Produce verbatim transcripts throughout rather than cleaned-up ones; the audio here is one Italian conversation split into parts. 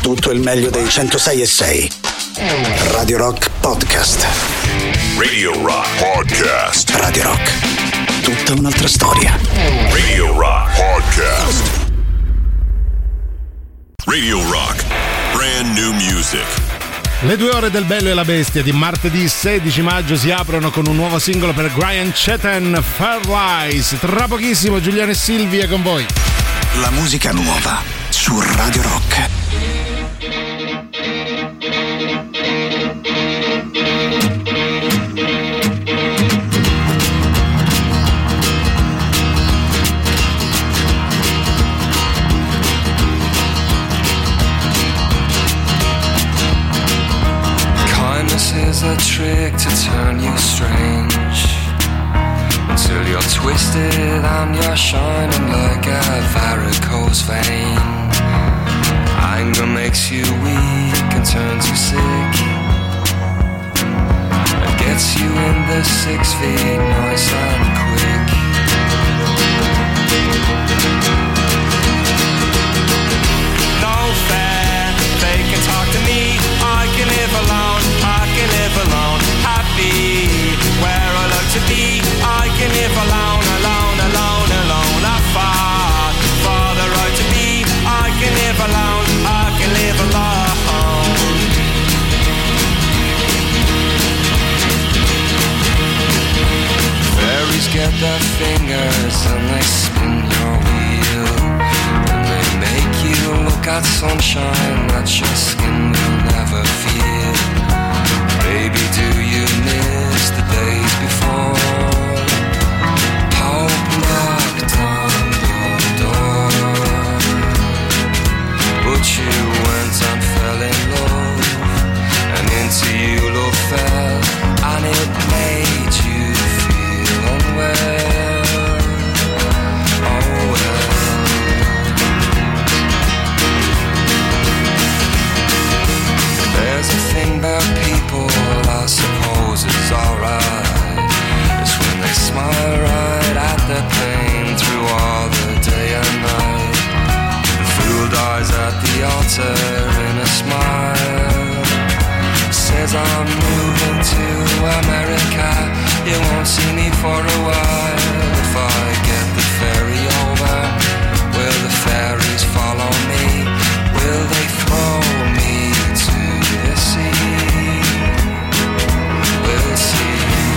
tutto il meglio dei centosei e sei. Radio Rock Podcast. Radio Rock Podcast. Radio Rock. Tutta un'altra storia. Radio Rock Podcast. Radio Rock. Brand new music. Le due ore del Bello e la Bestia di martedì sedici maggio si aprono con un nuovo singolo per Brian Chetan, Fair Lies. Tra pochissimo Giuliano e Silvia con voi. La musica nuova su Radio Rock. Is a trick to turn you strange until you're twisted and you're shining like a varicose vein. Anger makes you weak and turns you sick and gets you in the six feet nice and quick. No fair, they can talk to me, I can live alone. Live alone, happy where I like to be. I can live alone, alone, alone, alone. I fought for the right to be. I can live alone, I can live alone. Fairies get their fingers and they spin your wheel, and they make you look at sunshine that your skin will never feel. Baby, do you miss the days before? Hope knocked on your door, but you went and fell in love, and into you love fell, and it made you feel unwell. Oh well. There's a thing about people I suppose is alright. It's when they smile right at their pain through all the day and night. The fool dies at the altar in a smile. Says I'm moving to America, you won't see me for a while. If I get the ferry over, will the fairies follow me? Will they throw me to the sea? We'll see.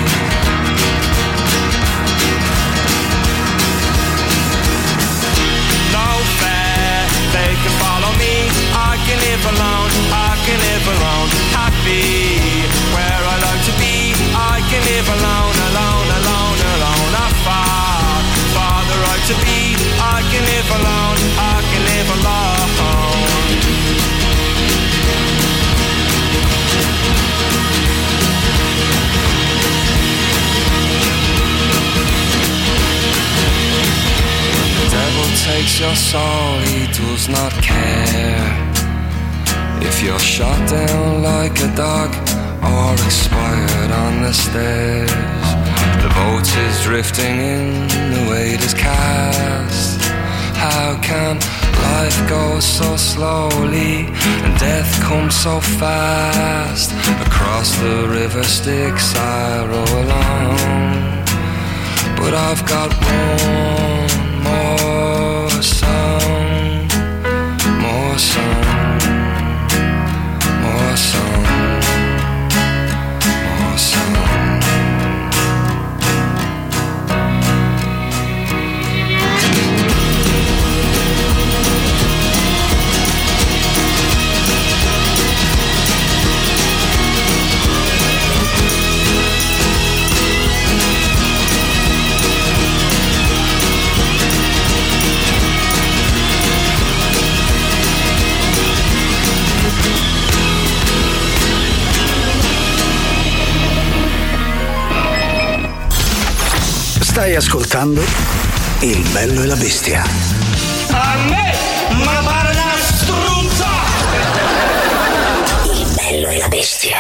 No fair, they can follow me. I can live alone, I can live alone. Happy where I like to be. I can live alone, alone, alone, alone. I fought for the right to be. I can live alone, I can live alone. Devil takes your soul, he does not care if you're shot down like a dog or expired on the stairs. The boat is drifting in, the weight is cast. How can life go so slowly and death comes so fast? Across the river Styx I row along, but I've got one more song, more song, more song, more song. Stai ascoltando Il Bello e la Bestia. A me, ma pare una struzza! Il Bello e la Bestia.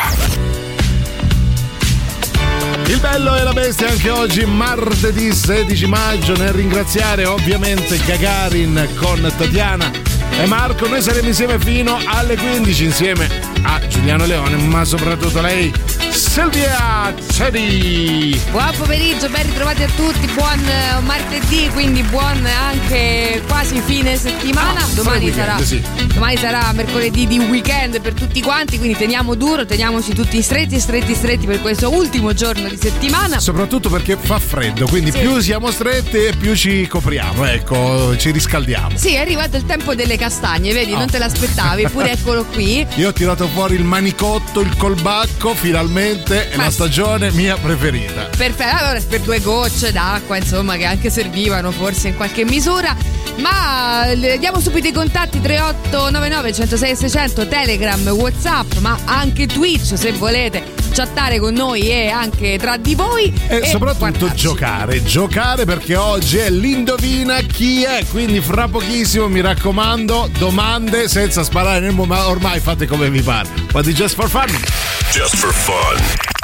Il Bello e la Bestia anche oggi, martedì sedici maggio, nel ringraziare ovviamente Gagarin con Tatiana e Marco. Noi saremo insieme fino alle quindici insieme a Giuliano Leone, ma soprattutto lei, Silvia Teddy. Buon pomeriggio, ben ritrovati a tutti, buon martedì, quindi buon anche quasi fine settimana. Ah, domani, weekend, sarà, sì. domani sarà mercoledì di weekend per tutti quanti, quindi teniamo duro, teniamoci tutti stretti, stretti, stretti per questo ultimo giorno di settimana. Soprattutto perché fa freddo, quindi sì, più siamo stretti e più ci copriamo, ecco, ci riscaldiamo. Sì, è arrivato il tempo delle castagne, vedi, oh. non te l'aspettavi, eppure eccolo qui. Io ho tirato fuori il manicotto, il colbacco, finalmente è Ma la stagione mia preferita. Perfetto, allora per due gocce d'acqua, insomma, che anche servivano forse in qualche misura. Ma diamo subito i contatti: tre otto nove nove uno zero sei sei zero zero, Telegram, WhatsApp, ma anche Twitch se volete chattare con noi e anche tra di voi. E, e soprattutto guardarci. giocare, giocare perché oggi è l'indovina chi è, quindi fra pochissimo, mi raccomando, domande senza sparare nel momento, ma ormai fate come vi pare. What is just for fun? Just for fun.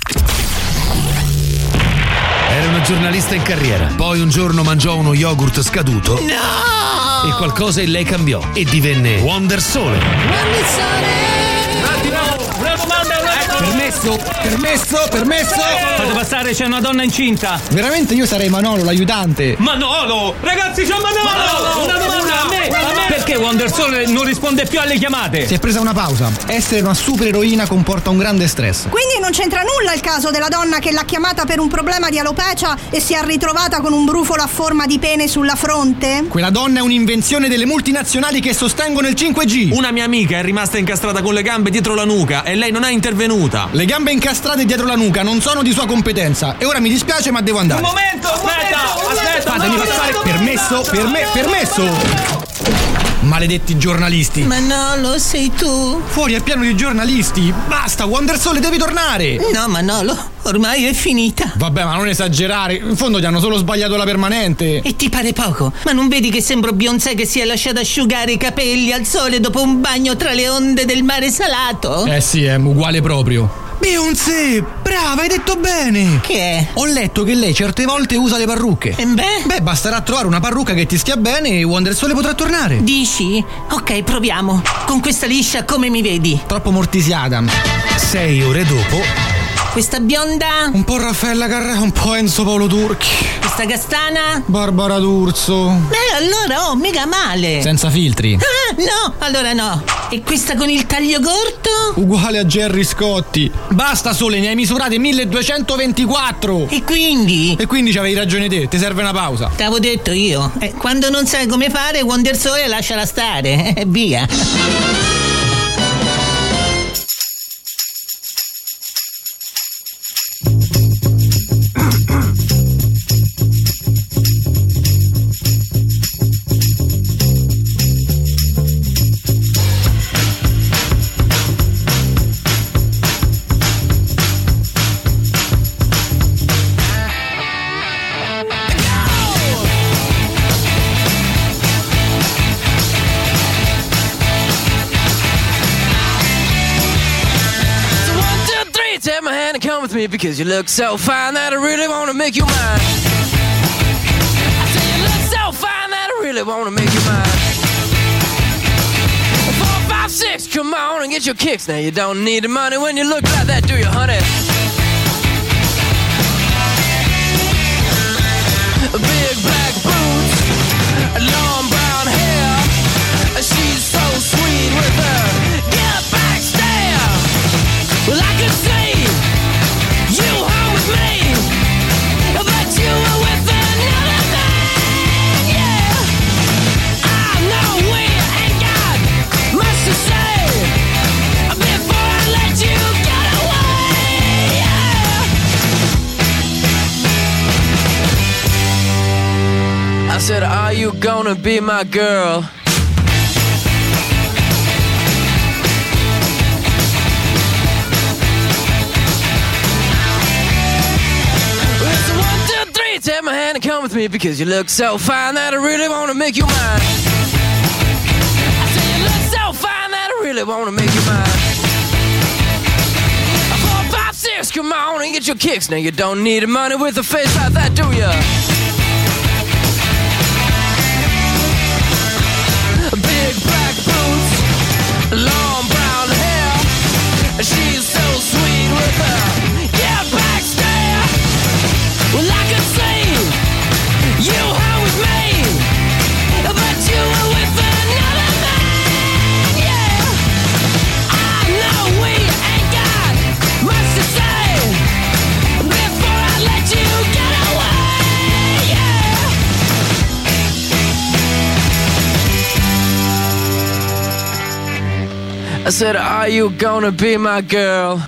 Era una giornalista in carriera, poi un giorno mangiò uno yogurt scaduto. No! E qualcosa in lei cambiò e divenne Wonder Sole. Wonder Sole! Una domanda, una domanda. Permesso, permesso, permesso. Fate passare, c'è una donna incinta. Veramente io sarei Manolo, l'aiutante. Manolo! Ragazzi, c'è Manolo! Manolo! Una domanda a me, a me! Perché Wonder Sole non risponde più alle chiamate? Si è presa una pausa. Essere una supereroina comporta un grande stress. Quindi non c'entra nulla il caso della donna che l'ha chiamata per un problema di alopecia e si è ritrovata con un brufolo a forma di pene sulla fronte? Quella donna è un'invenzione delle multinazionali che sostengono il cinque G. Una mia amica è rimasta incastrata con le gambe dietro la nuca e lei non è intervenuta. Le gambe incastrate dietro la nuca non sono di sua competenza e ora mi dispiace ma devo andare. Un momento, aspetta, aspetta. Fatemi passare. Permesso, per me, permesso. Maledetti giornalisti. Manolo, sei tu? Fuori è pieno di giornalisti. Basta, Wonder Sole, devi tornare. No, Manolo, ormai è finita. Vabbè, ma non esagerare. In fondo ti hanno solo sbagliato la permanente. E ti pare poco? Ma non vedi che sembro Beyoncé che si è lasciata asciugare i capelli al sole dopo un bagno tra le onde del mare salato? Eh sì, è uguale proprio. Beyoncé, brava, hai detto bene. Che è? Ho letto che lei certe volte usa le parrucche. E beh? Beh, basterà trovare una parrucca che ti stia bene e Wonder Sole potrà tornare. Dici? Ok, proviamo. Con questa liscia come mi vedi? Troppo mortisiata. Sei ore dopo. Questa bionda? Un po' Raffaella Carrà, un po' Enzo Paolo Turchi. Questa castana? Barbara D'Urso. Beh, allora, oh, mica male. Senza filtri. Ah, no, allora no. E questa con il taglio corto? Uguale a Gerry Scotti. Basta Sole, ne hai misurate milleduecentoventiquattro. E quindi? E quindi c'avevi ragione te, ti serve una pausa. T'avevo detto io. Eh, quando non sai come fare, Wonder Sole lasciala stare. Eh, via. Me because you look so fine that I really wanna make you mine. I say you look so fine that I really wanna make you mine. Four, five, six, come on and get your kicks. Now you don't need the money when you look like that, do you, honey? Big black boots, long brown hair. She's so sweet with her get back stare. Well, I can see you home with me, but you were with another man, yeah. I know we ain't got much to say before I let you get away, yeah. I said, are you gonna be my girl? Take my hand and come with me because you look so fine that I really wanna make you mine. I say you look so fine that I really wanna make you mine. Four, five, six, come on and get your kicks. Now you don't need the money with a face like that, do ya? Big black I said, are you gonna be my girl?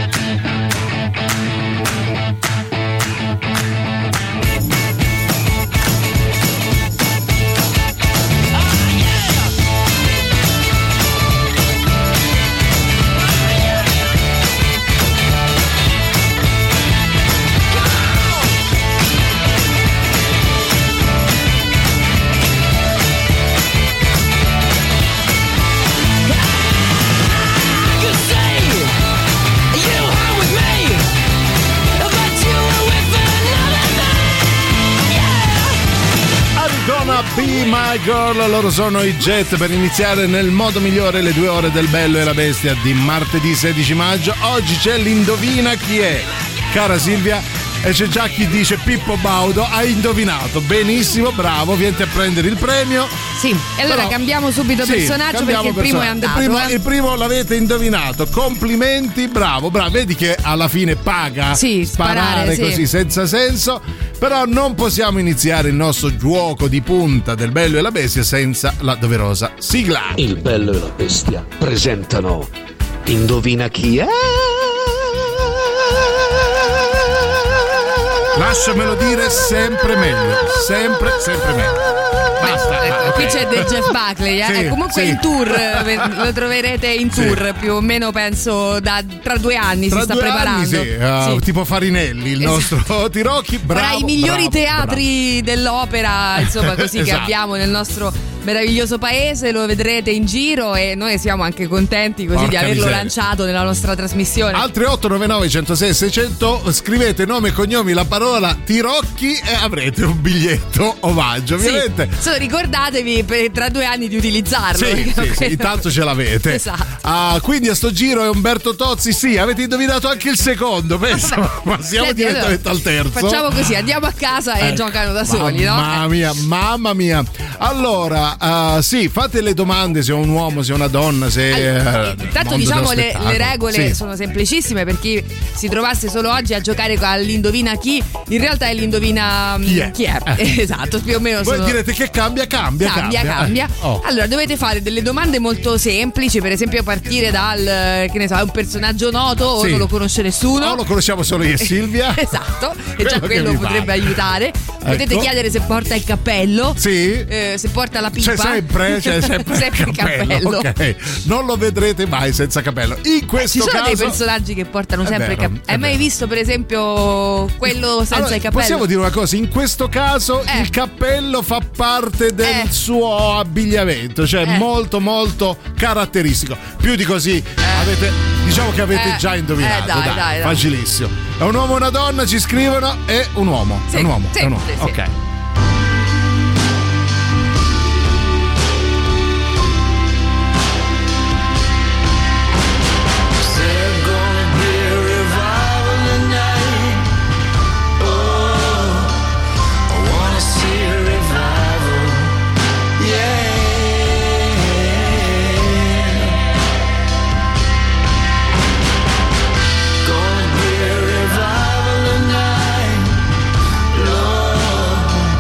Be My Girl, loro sono i Jet, per iniziare nel modo migliore le due ore del Bello e la Bestia di martedì sedici maggio. Oggi c'è l'Indovina chi è, cara Silvia, e c'è già chi dice Pippo Baudo. Hai indovinato benissimo, bravo, vieni a prendere il premio. Sì, e allora Però, cambiamo subito sì, personaggio cambiamo perché il primo è andato. Il primo, eh? il primo l'avete indovinato, complimenti, bravo, bravo. Vedi che alla fine paga sì, sparare, sparare così sì. senza senso. Però non possiamo iniziare il nostro gioco di punta del Bello e la Bestia senza la doverosa sigla. Il Bello e la Bestia presentano Indovina chi è? Lasciamelo dire, sempre meglio, sempre, sempre meglio. Basta. Ecco, qui c'è del Jeff Buckley, eh? Sì, è comunque sì. in tour, lo troverete in tour sì. più o meno penso da tra due anni tra si sta due preparando. Anni, sì. Uh, sì. Tipo Farinelli, il esatto. nostro Tirocchi, bravo. Tra i migliori bravo, teatri bravo. dell'opera, insomma, così esatto. che abbiamo nel nostro meraviglioso paese, lo vedrete in giro e noi siamo anche contenti così Porca di averlo miseria. lanciato nella nostra trasmissione. Altri otto nove nove uno zero sei sei zero zero, scrivete nome e cognomi, la parola Tirocchi e avrete un biglietto omaggio, ovviamente. Sì. So, ricordatevi per, tra due anni di utilizzarlo. Sì, sì, sì, intanto ce l'avete. Esatto. Ah, quindi a sto giro è Umberto Tozzi, sì, avete indovinato anche il secondo, penso. Ma siamo Senti, direttamente allora, al terzo. Facciamo così, andiamo a casa e eh, giocano da soli, no? Mamma mia, mamma mia. Allora, uh, sì, fate le domande se è un uomo, se è una donna, se allora, uh, intanto diciamo le, le regole sì. sono semplicissime per chi si trovasse solo oggi a giocare all'indovina chi, in realtà è l'indovina chi è, chi è. Eh. Esatto, più o meno voi sono... direte che cambia, cambia, cambia, cambia, cambia. Eh. Oh. Allora dovete fare delle domande molto semplici, per esempio partire dal, che ne so, è un personaggio noto sì. o non lo conosce nessuno o lo conosciamo solo io e Silvia. Esatto, e già quello potrebbe aiutare. Ecco. Potete chiedere se porta il cappello, sì. eh, se porta la pipa. C'è sempre, c'è sempre, sempre il cappello. Okay. Non lo vedrete mai senza cappello. In questo Ci sono caso dei personaggi che portano sempre il cappello. Hai mai visto per esempio quello senza allora, il cappello? Possiamo dire una cosa, in questo caso eh. il cappello fa parte del eh. suo abbigliamento, cioè eh. molto molto caratteristico. Più di così eh. avete, diciamo che avete eh. già indovinato, eh, dai, dai, dai, dai. facilissimo. È un uomo o una donna, ci scrivono, è un uomo, sì, è un uomo, sì, è un uomo. Sì, ok. Sì. Gonna be a revival tonight. Lord.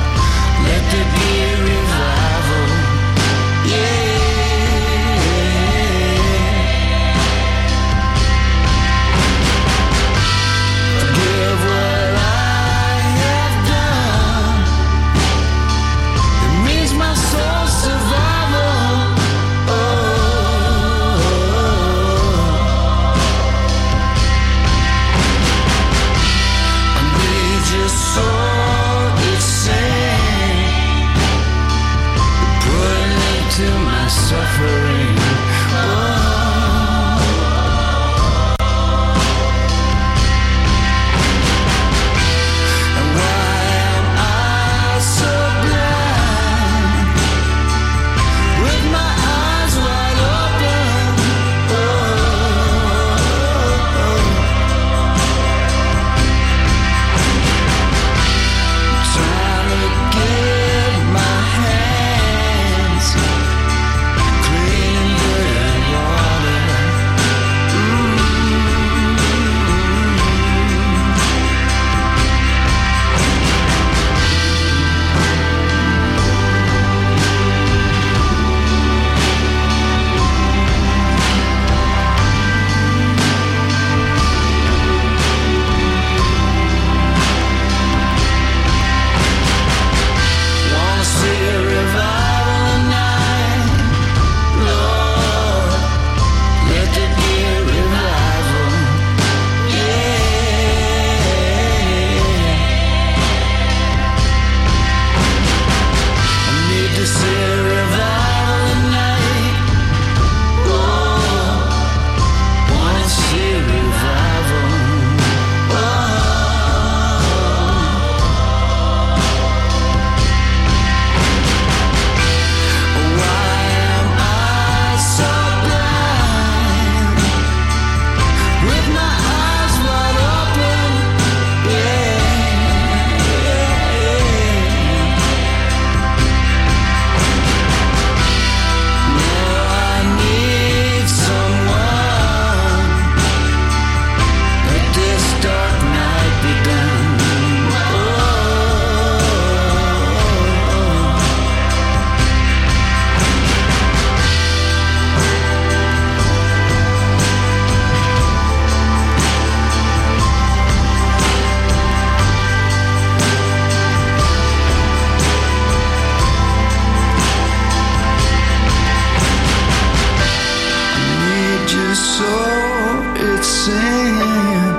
your soul, it's singing.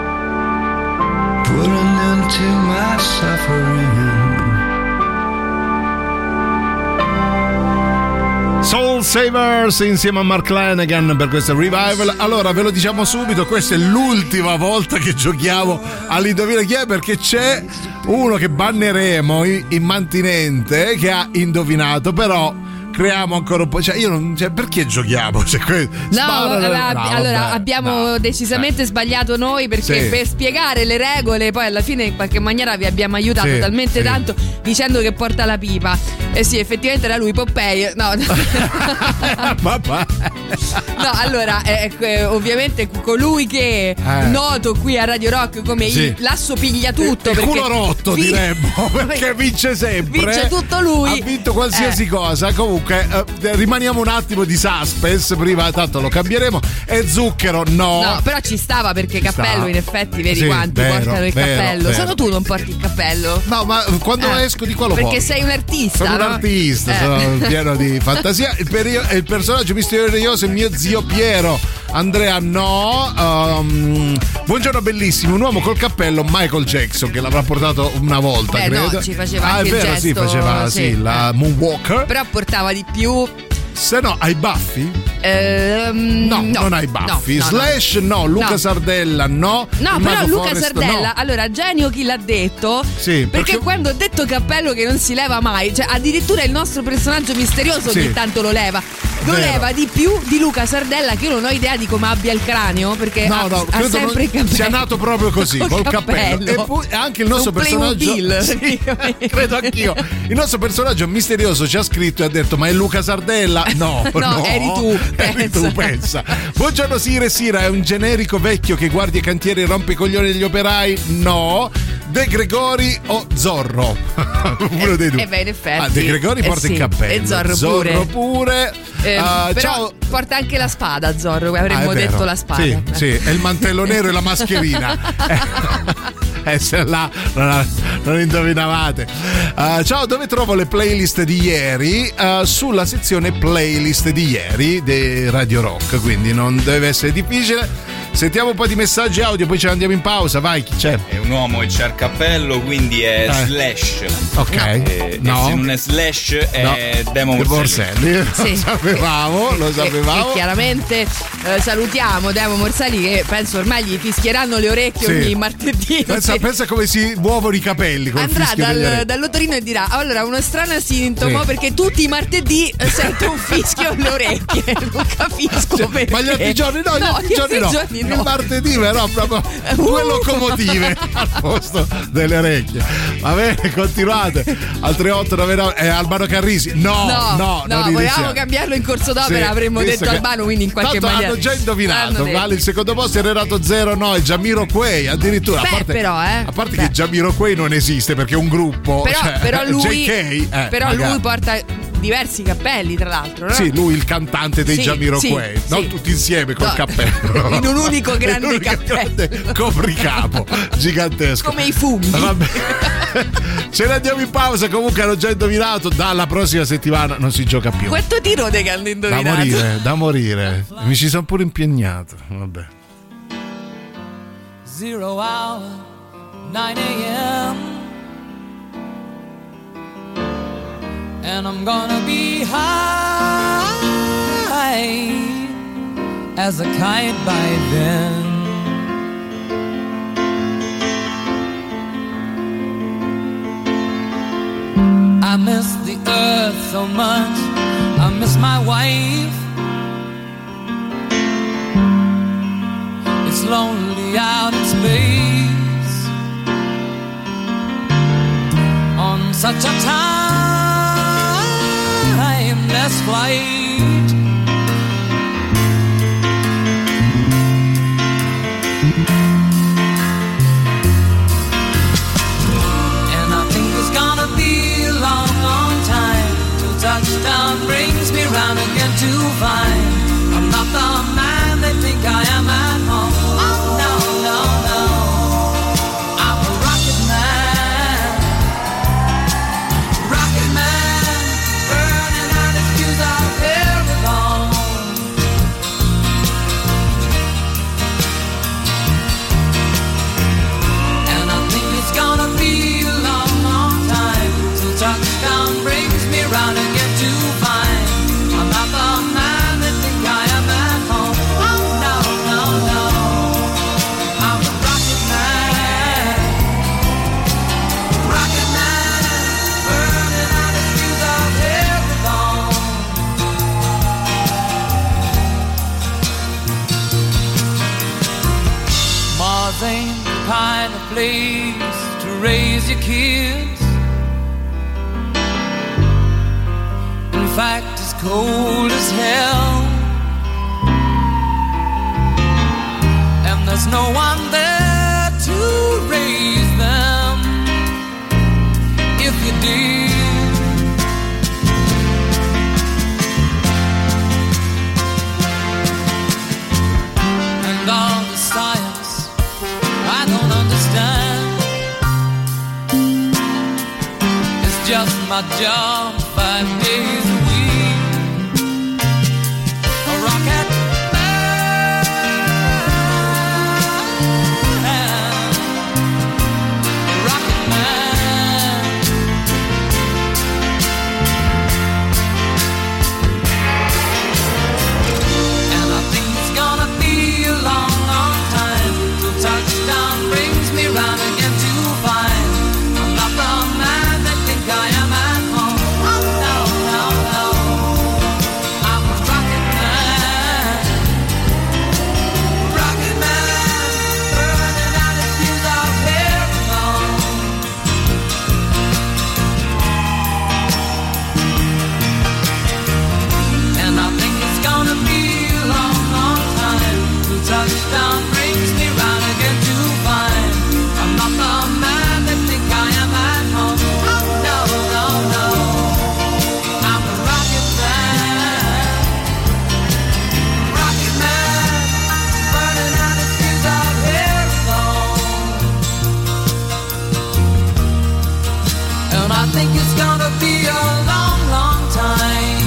Put an end to my suffering. Soul Savers insieme a Mark Lanegan per questo revival. Allora ve lo diciamo subito, questa è l'ultima volta che giochiamo all'Indovina chi è, perché c'è uno che banneremo, immantinente, che ha indovinato, però creiamo ancora un po', cioè io non, cioè perché giochiamo? Cioè, que- no, sparano, allora, no, allora vabbè, abbiamo no, decisamente eh. sbagliato noi, perché Sì. per spiegare le regole poi alla fine in qualche maniera vi abbiamo aiutato Sì, talmente sì. tanto dicendo che porta la pipa. Eh sì, effettivamente era lui, Pompei. No, no. No, allora, eh, eh, ovviamente colui che Eh. noto qui a Radio Rock come Sì. il l'assopigliatutto, il perché culo rotto vi- diremmo, perché vince sempre, Vince tutto lui. ha vinto qualsiasi Eh. cosa. Comunque eh, rimaniamo un attimo di suspense, prima tanto lo cambieremo. E Zucchero no, No, però ci stava, perché cappello Sta. in effetti, vedi Sì, quanti vero, portano il vero, cappello. vero. Solo tu non porti il cappello. No, ma quando Eh, esco di qua lo perché porto. sei un artista. Sono un no? artista, Eh. sono pieno di fantasia. Il, perio- il personaggio misterioso è mio zio Piero. Andrea no. Um, buongiorno bellissimo, un uomo col cappello, Michael Jackson, che l'avrà portato una volta, Beh, credo. no, ci faceva ah, anche è il vero, sì, gesto, faceva sì. sì, la Moonwalker. Però portava di più. Se no, hai baffi? Ehm, No, no, non hai baffi. no, no, no. Slash no, Luca No. Sardella no. No, Il però Mago Luca Forest, Sardella, no. allora genio chi l'ha detto? Sì, perché, perché- quando ho detto cappello che non si leva mai, cioè addirittura il nostro personaggio misterioso Sì. ogni tanto lo leva. Lo Vero. leva di più di Luca Sardella, che io non ho idea di come abbia il cranio, perché No, ha, no, ha credo sempre il non cappello. sia nato proprio così, Col col cappello. cappello. E poi anche il nostro Un personaggio. Playmobil, Sì, praticamente. credo anch'io. Il nostro personaggio misterioso ci ha scritto e ha detto: ma è Luca Sardella? No, No, eri tu, Eri tu, pensa. pensa. Buongiorno Sire Sira, è un generico vecchio che guarda i cantieri e rompe i coglioni degli operai? No. De Gregori o Zorro? Uno dei due. Eh beh, in effetti. Ah, De Gregori Eh porta sì, il cappello. e Zorro Zorro pure. pure. Eh, Ah, però ciao. porta anche la spada, Zorro, avremmo Ah, è vero. detto la spada. Sì, sì, è il mantello nero e la mascherina. Eh, se là non, non indovinavate. Uh, ciao, dove trovo le playlist di ieri? Uh, sulla sezione playlist di ieri di Radio Rock, quindi non deve essere difficile. Sentiamo un po' di messaggi audio, poi ce ne andiamo in pausa. Vai, chi c'è? È un uomo e c'ha il cappello, quindi è Eh. Slash. Ok. E, No. e se non è Slash è No. Demo De Morselli. Morselli. Sì. Lo sapevamo, lo Che- sapevamo. che chiaramente eh, salutiamo Demo Morselli, che penso ormai gli fischieranno le orecchie Sì. ogni martedì. Pensa, Sì. pensa come si muovono i capelli col Andrà fischio degli dal, orecchi. dall'otorino e dirà: allora, uno strano sintomo, Sì. perché tutti i martedì eh, sento un fischio alle orecchie. Non capisco perché. Ma gli altri giorni no, gli altri giorni no. giorni no. Il martedì però proprio due locomotive al posto delle orecchie. Va bene, continuate. Al tre otto nove nove eh, Albano Carrisi. No, no, no, non volevamo iniziamo. cambiarlo in corso d'opera, Sì, avremmo visto detto che- Albano, quindi in qualche Tanto maniera. hanno già Hanno indovinato. detto. Vale, il secondo posto è Renato Zero no e Jamiroquai addirittura. Beh, a parte, però, eh. a parte Beh. che Jamiroquai non esiste perché è un gruppo. Però, cioè, però lui, J K, eh, però magari. lui porta diversi cappelli, tra l'altro, no? Sì, lui il cantante dei Sì, Jamiroquai, sì, non sì. tutti insieme col No, cappello. in un unico grande In un unico cappello. grande copricapo gigantesco. Come i funghi. Vabbè. Ce ne andiamo in pausa, comunque hanno già indovinato, dalla prossima settimana non si gioca più. Quanto tirone che hanno Da indovinato. morire, da morire. Mi ci sono pure impegnato. Vabbè. Zero hour, nine a.m. And I'm gonna be high as a kite by then. I miss the earth so much, I miss my wife. It's lonely out in space on such a timeless flight. And I think it's gonna be a long, long time till touchdown brings me round again to find I'm not the man they think I am at home. Oh no, no, no, I'm a rocket man. College ain't the kind of place to raise your kids. In fact, it's cold as hell, and there's no one there to raise them if you did. And all the science I don't understand, it's just my job five days a week. A rocket man, a rocket man. And I think it's gonna be a long, long time till touchdown brings me round again to find I'm not the man they think I am at home. Oh no, no, no, I'm a rocket man, rocket man, burning out his fuse out here alone. And I think it's gonna be a long, long time till touchdown brings me round again to find I'm not the man they think I am at home. Oh no, no, no, I'm a rocket man, rocket man, burning out his fuse out here alone. And I think it's gonna be a long, long time.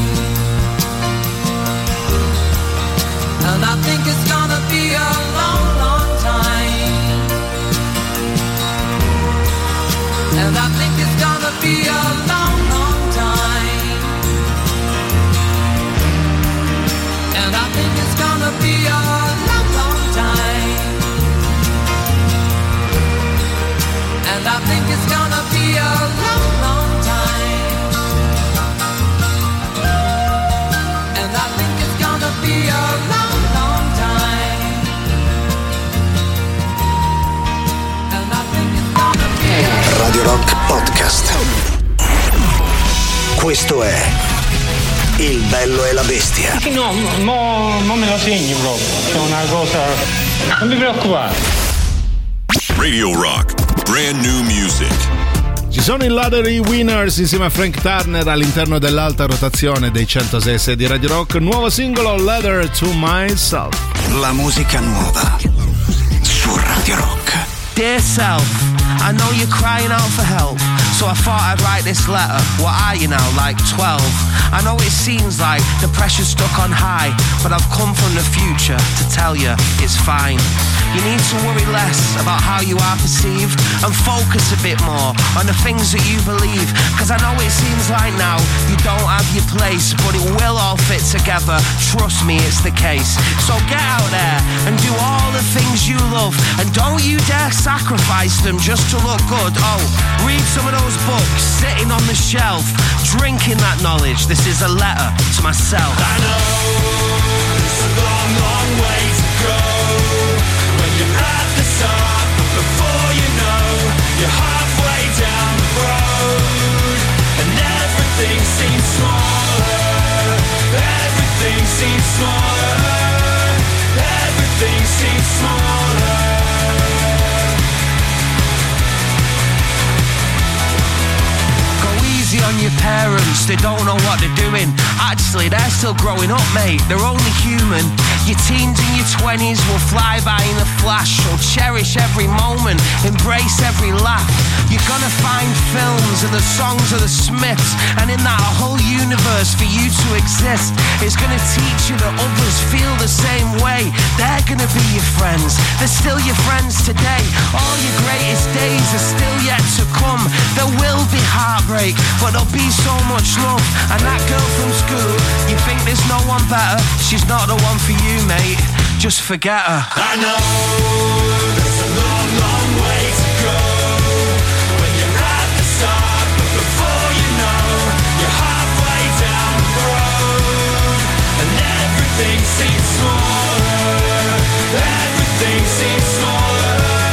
And I think it's gonna be a long, long time. And I think it's gonna be a long, long time. And I think it's gonna be a long, long time. And I think it's gonna be a long, long time. And I think it's gonna be a long, long time. And I think it's gonna be a Radio Rock Podcast. Questo è Il bello e la bestia. No, mo, mo me lo segni proprio. È una cosa. Non mi preoccupare. Radio Rock, brand new music. Ci sono i Lottery Winners insieme a Frank Turner all'interno dell'alta rotazione dei centosei e sei di Radio Rock. Nuovo singolo Letter to Myself. La musica nuova su Radio Rock. Dear self, I know you're crying out for help, so I thought I'd write this letter. What are you now, like twelve? I know it seems like the pressure's stuck on high, but I've come from the future to tell you it's fine. You need to worry less about how you are perceived and focus a bit more on the things that you believe, cause I know it seems like now you don't have your place, but it will all fit together, trust me, it's the case. So get out there and do all the things you love, and don't you dare sacrifice them just to look good. Oh, read some of those books sitting on the shelf, drinking that knowledge. This is a letter to myself. I know it's a long, long way to go when you're at the top, but before you know, you're halfway down the road, and everything seems smaller, everything seems smaller, everything seems smaller. On your parents, they don't know what they're doing. Actually, they're still growing up, mate. They're only human. Your teens and your twenties will fly by in a flash, so cherish every moment, embrace every laugh. You're gonna find films and the songs of the Smiths, and in that whole universe for you to exist, it's gonna teach you that others feel the same way. They're gonna be your friends, they're still your friends today. All your greatest days are still yet to come. There will be heartbreak, but there'll be so much love. And that girl from school, you think there's no one better, she's not the one for you, mate. Just forget her. I know there's a long, long way to go when you're at the start, but before you know, you're halfway down the road, and everything seems smaller, everything seems smaller,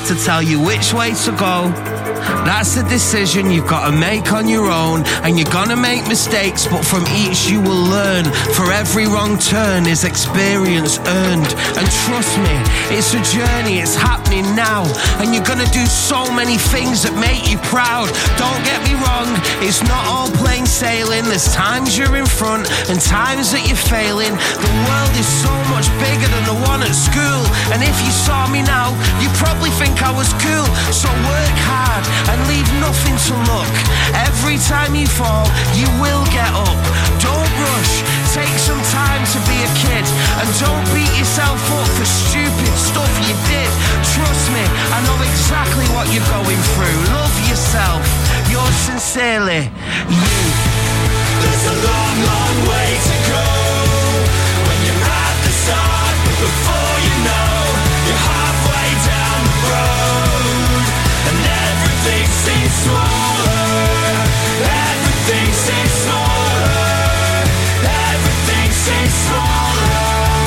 to tell you which way to go. That's a decision you've got to make on your own, and you're gonna make mistakes, but from each you will learn. For every wrong turn is experience earned. And trust me, it's a journey, it's happening now, and you're gonna do so many things that make you proud. Don't get me wrong, it's not all plain sailing. There's times you're in front and times that you're failing. The world is so much bigger than the one at school, and if you saw me now, you probably think I was cool. So work hard and leave nothing to look. Every time you fall, you will get up. Don't rush, take some time to be a kid, and don't beat yourself up for stupid stuff you did. Trust me, I know exactly what you're going through. Love yourself, yours sincerely, you. There's a long, long way to go when you're at the start, but before you know, you're halfway down the road, and everything seems smaller, everything seems smaller, everything seems smaller.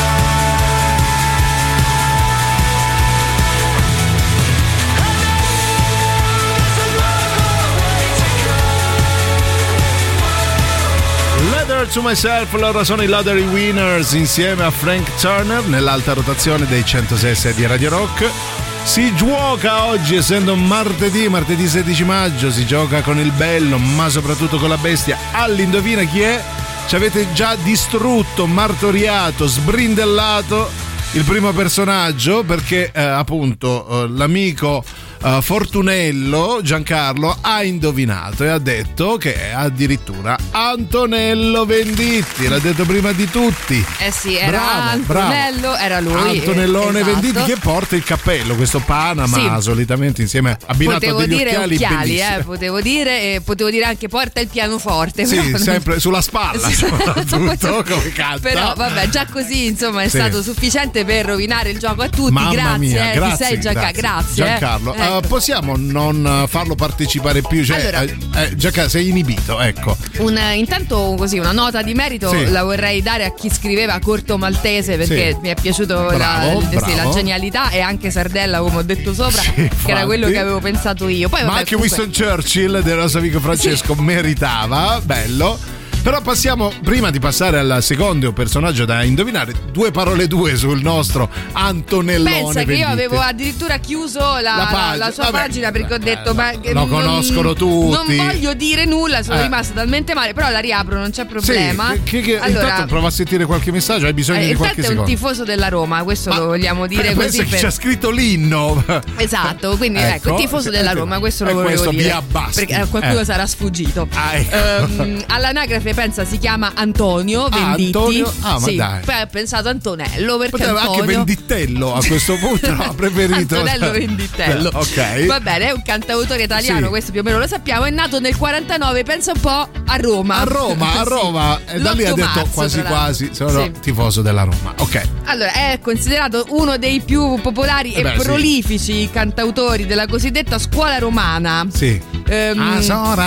Letter to Myself, loro sono i Lottery Winners insieme a Frank Turner nell'alta rotazione dei centosei e sei di Radio Rock. Si gioca oggi, essendo martedì, martedì sedici maggio, si gioca con il bello, ma soprattutto con la bestia. All'indovina chi è? Ci avete già distrutto, martoriato, sbrindellato il primo personaggio, perché eh, appunto eh, l'amico Uh, Fortunello Giancarlo ha indovinato e ha detto che è addirittura Antonello Venditti, l'ha detto prima di tutti. Eh sì, era bravo, Antonello, bravo. era lui. Antonellone esatto. Venditti, che porta il cappello, questo Panama, sì. solitamente insieme abbinato potevo a degli dire occhiali, occhiali eh, potevo dire e potevo dire anche porta il pianoforte. Sì, però sempre sulla spalla, soprattutto come canta. Però vabbè, già così insomma è sì. stato sufficiente per rovinare il gioco a tutti. Mamma grazie, mia, eh, grazie, ti sei Gianca- grazie, grazie Giancarlo. Eh. Uh, possiamo non farlo partecipare più? Cioè, allora, eh, eh, Giancarlo, sei inibito, ecco. Un, intanto così una nota di merito sì. la vorrei dare a chi scriveva Corto Maltese, perché sì. mi è piaciuto bravo, la, bravo. Sì, la genialità, e anche Sardella, come ho detto sopra, sì, che era quello che avevo pensato io. Poi, ma vabbè, anche comunque... Winston Churchill del nostro amico Francesco sì. meritava, bello. Però passiamo, prima di passare al secondo personaggio da indovinare, due parole due sul nostro Antonellone Pensa che Venditti. Io avevo addirittura chiuso la, la, pag- la sua vabbè, pagina, perché ho detto eh, ma, lo non, conoscono tutti. Non voglio dire nulla, sono eh. rimasta talmente male, però la riapro, non c'è problema. Sì, che, che, allora, intanto prova a sentire qualche messaggio, hai bisogno eh, di qualche è secondo. un tifoso della Roma, questo ma, lo vogliamo dire eh, così. Per... Per... c'è scritto l'inno. Esatto, quindi ecco, ecco tifoso della Roma, questo lo volevo questo dire. Via Basti. Perché a qualcuno eh. sarà sfuggito. Ah, ecco. um, all'anagrafe pensa si chiama Antonio Venditti. Ah, Antonio? Ah, ma sì. dai. Poi ho pensato Antonello, perché poteva Antonio... anche Vendittello a questo punto, no, ho preferito Antonello Vendittello. Ok. Va bene, è un cantautore italiano, sì. questo più o meno lo sappiamo, è nato nel quarantanove, pensa un po', a Roma. A Roma, a Roma. Sì. E da lì ha detto marzo, quasi quasi sono sì. tifoso della Roma. Ok. Allora, è considerato uno dei più popolari eh e beh, prolifici sì. cantautori della cosiddetta scuola romana. Sì. Um, ah, Sora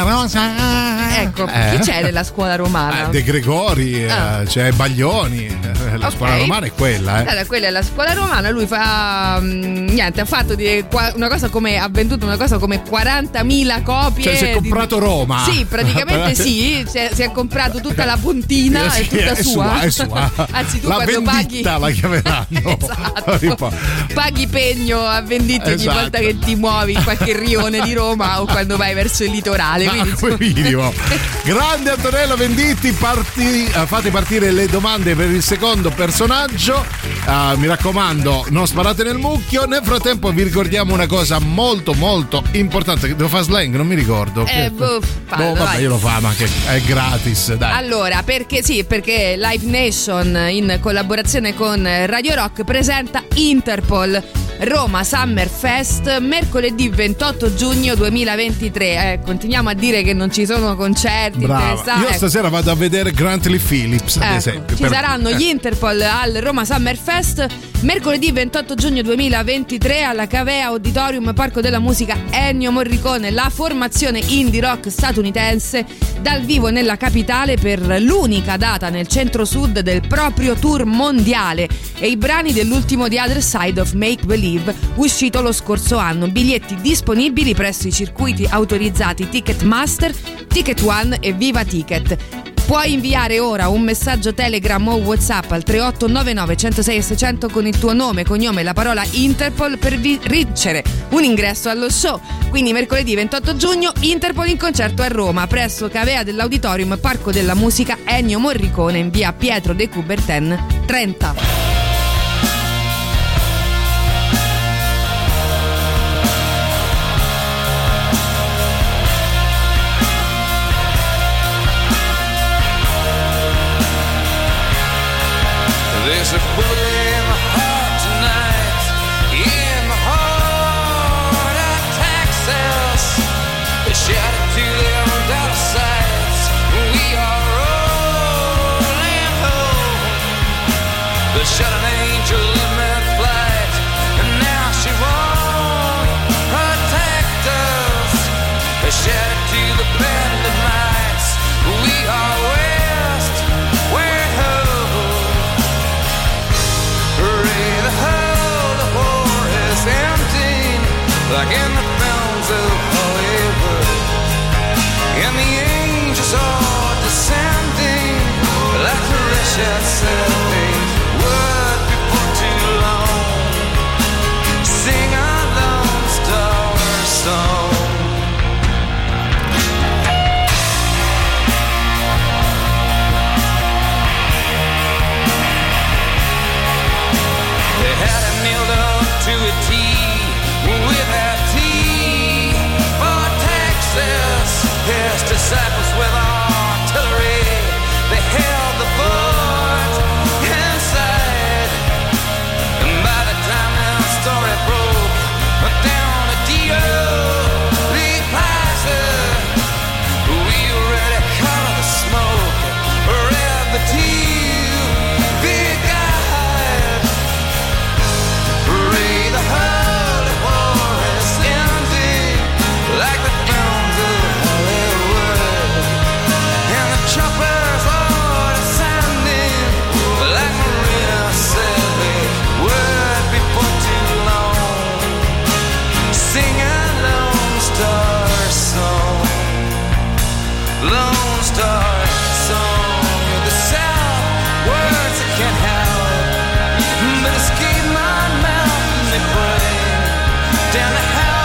Rosa. Ecco, eh. chi c'è nella scuola romana? Eh, De Gregori, ah. eh, c'è Baglioni. La okay. scuola romana è quella, eh. Allora, quella è la scuola romana. Lui fa um, niente, ha fatto di, una cosa come ha venduto una cosa come quarantamila copie. Cioè si è comprato di, Roma. Sì, praticamente sì. Si è, si è comprato tutta la puntina, sì, è tutta è sua. sua, è sua. Anzi, tu la quando paghi la chiameranno. Esatto. Paghi pegno a Venditti ogni esatto. volta che ti muovi in qualche rione di Roma o quando vai verso il litorale. Ah, minimo. Grande Antonello Venditti, parti, uh, fate partire le domande per il secondo personaggio. Uh, mi raccomando, non sparate nel mucchio. Nel frattempo vi ricordiamo una cosa molto molto importante. Devo fare slang, non mi ricordo. Eh, boh, fallo, boh, vabbè, vai. io lo fa, ma che è gratis, dai. Allora, perché sì, perché Live Nation in collaborazione con Radio Rock presenta Interpol Roma Summer Fest mercoledì ventotto giugno duemilaventitré. Eh, continuiamo a dire che non ci sono concerti. Brava. Io stasera vado a vedere Grantley Phillips, ad ecco, esempio. Ci per... saranno eh. gli Interpol al Roma Summer Fest Mercoledì ventotto giugno duemilaventitré alla Cavea Auditorium Parco della Musica Ennio Morricone, la formazione indie rock statunitense dal vivo nella capitale per l'unica data nel centro-sud del proprio tour mondiale e i brani dell'ultimo The Other Side of Make Believe uscito lo scorso anno. Biglietti disponibili presso i circuiti autorizzati Ticketmaster, Ticket One e Viva Ticket. Puoi inviare ora un messaggio Telegram o WhatsApp al tre otto nove nove uno zero sei sei zero zero con il tuo nome, cognome e la parola Interpol per vi- vincere un ingresso allo show. Quindi mercoledì ventotto giugno Interpol in concerto a Roma presso Cavea dell'Auditorium Parco della Musica Ennio Morricone in via Pietro de Coubertin trenta. There's a bullet in my heart tonight, in the heart of Texas. They shouted to them out of sight, we are rolling home. They shot an angel in mid-flight, and now she won't protect us. They shouted to the band of mites, we are west, we're home. Like in the films of Hollywood, and the angels are descending like the Russia said they would before too long. Sing our Lone Star song. They had him nailed up to a T with that tea for Texas. His disciples with artillery, they held the fort inside. And by the time that story broke down to Dio Lee Plaza, we already caught the smoke, read the tea, big eyed, read the heart. Like the films of Hollywood, and the choppers are descending like Maria said they would before too long. Sing a Lone Star song, Lone Star song of the South, words I can't help but escape my mouth and they bring down the house.